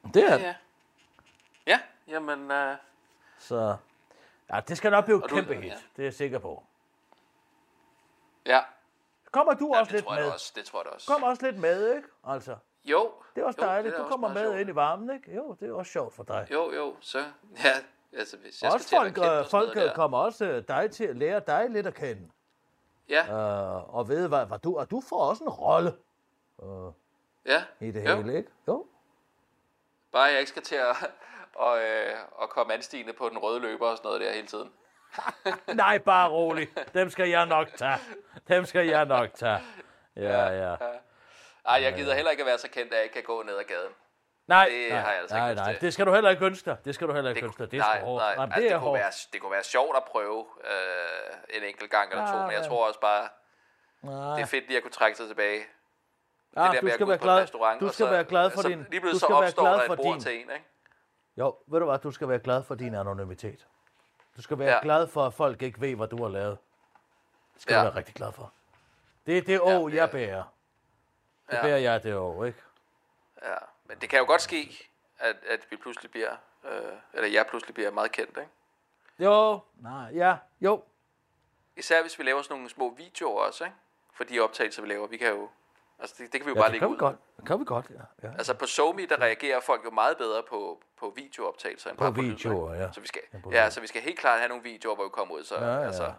Det er ja, ja. Ja, jamen... Uh... Så... Ja, det skal nok blive et du, kæmpe hit. ja. Det er jeg sikker på. Ja. Kommer du ja, også det lidt tror jeg med? Også, det tror jeg også. Kom også lidt med, ikke? Altså. Jo. Det er også jo, dejligt. det er Du kommer med sjovt. ind i varmen, ikke? Jo, det er også sjovt for dig. Jo, jo, så... Ja, altså hvis jeg også skal folk, til at være kendt folk der. kommer også dig til at lære dig lidt at kende. Ja. Uh, og ved, hvad, hvad du... Og du får også en rolle. Uh, Ja. I det jo. hele, ikke? Jo. Bare jeg ikke skal til at, og, øh, og komme anstigende på den røde løber og sådan noget der hele tiden. Nej, bare rolig. Dem skal jeg nok tage. Dem skal jeg nok tage. Ja, ja. Ej, jeg gider heller ikke at være så kendt, at jeg ikke kan gå ned ad gaden. Nej, Det nej, har jeg altså nej, ikke lyst nej. til. Det skal du heller ikke ønske dig. Det skal du heller ikke Det, ønske dig. Det er nej, sgu hårdt. nej, Nej, altså, det det, er kunne hårdt. være, det kunne være sjovt at prøve øh, en enkelt gang eller to, Ja, men jeg men- tror også bare, Nej. det er fedt lige at kunne trække sig tilbage. Ah, det der du med at skal gå være ud på en glad. restaurant, Du og skal så- være glad for så din. Lige Du pludselig så skal være opstår glad der for et bord din. til en, ikke? Jo, ved du hvad? Du skal være glad for din anonymitet. Du skal være Ja. glad for, at folk ikke ved, hvad du har lavet. Det skal Ja. du være rigtig glad for. Det er det Ja, år, det jeg er- bærer. Det Ja. bærer jeg det år, ikke? Ja, men det kan jo godt ske, at, at vi pludselig bliver, øh, eller jeg pludselig bliver meget kendt, ikke? Jo, nej, ja, jo. Især hvis vi laver sådan nogle små videoer også, ikke? For de optagelser, vi laver, vi kan jo, altså det, det kan vi jo Ja, bare det lægge kan vi ud. godt. Det kan vi godt, ja. ja. Altså på SoMe, der reagerer folk jo meget bedre på, på videooptagelser end På bare på lyd, videoer, ikke? ja. Så vi skal, Ja, på ja, lyd. så vi skal helt klart have nogle videoer, hvor vi kommer ud, så Ja, ja. altså,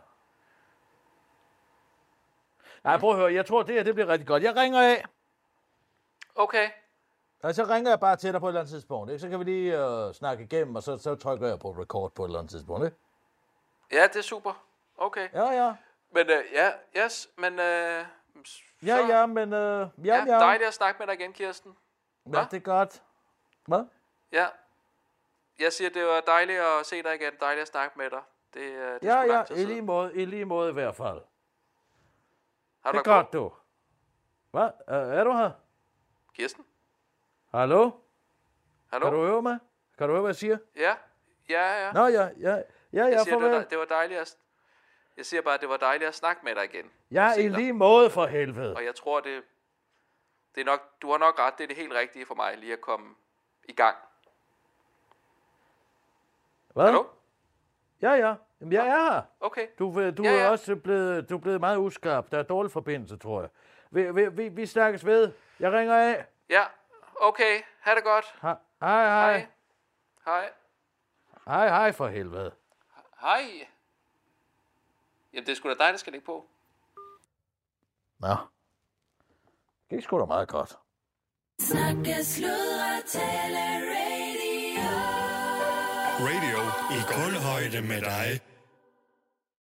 Nej, prøv at høre. Jeg tror, det her det bliver rigtig godt. Jeg ringer af. okay, Og så ringer jeg bare til dig på et eller andet tidspunkt. Ikke? Så kan vi lige uh, snakke igennem, og så, så trykker jeg på record på et eller andet tidspunkt. Ikke? ja, det er super, okay. Ja, ja. Men øh, ja, yes, men øh, så, Ja, ja, men... Uh, ja, ja, ja. dejligt at snakke med dig igen, Kirsten. Ja, det er godt. Hvad? Ja, jeg siger, det var dejligt at se dig igen, dejligt at snakke med dig. Det, øh, det er Ja, sgu ja, lang tid i siden. lige måde, i lige måde i hvert fald. Har du Det er været godt, du. Hvad? Uh, er du her? Kirsten? Hallo? Hallo? Kan du høre mig? Kan du høre, hvad jeg siger? Ja, ja, ja. Nå, ja, ja. Ja, ja, jeg siger, det, farvel. var, det var dejligt at... Jeg siger bare, at det var dejligt at snakke med dig igen. Ja, Og se i dig. lige måde for helvede. Og jeg tror, det, det er nok, du har nok ret. Det er det helt rigtige for mig lige at komme i gang. Hvad? Hallo? Ja, ja. Jamen, jeg er her. Okay. Du, du Ja, er ja. også blevet, du er blevet meget uskarp. Der er dårlig forbindelse, tror jeg. Vi, vi, vi, vi snakkes ved. Jeg ringer af. Ja, okay. Ha' det godt. Hej, hej. Hej, Hej. hej, hej for helvede. Hej. Jamen, det er sgu da dig, der skal lægge på. Nå. Det gik sgu da meget godt. Snakke, sludre, tale, radio. Radio i kulhøjde med dig.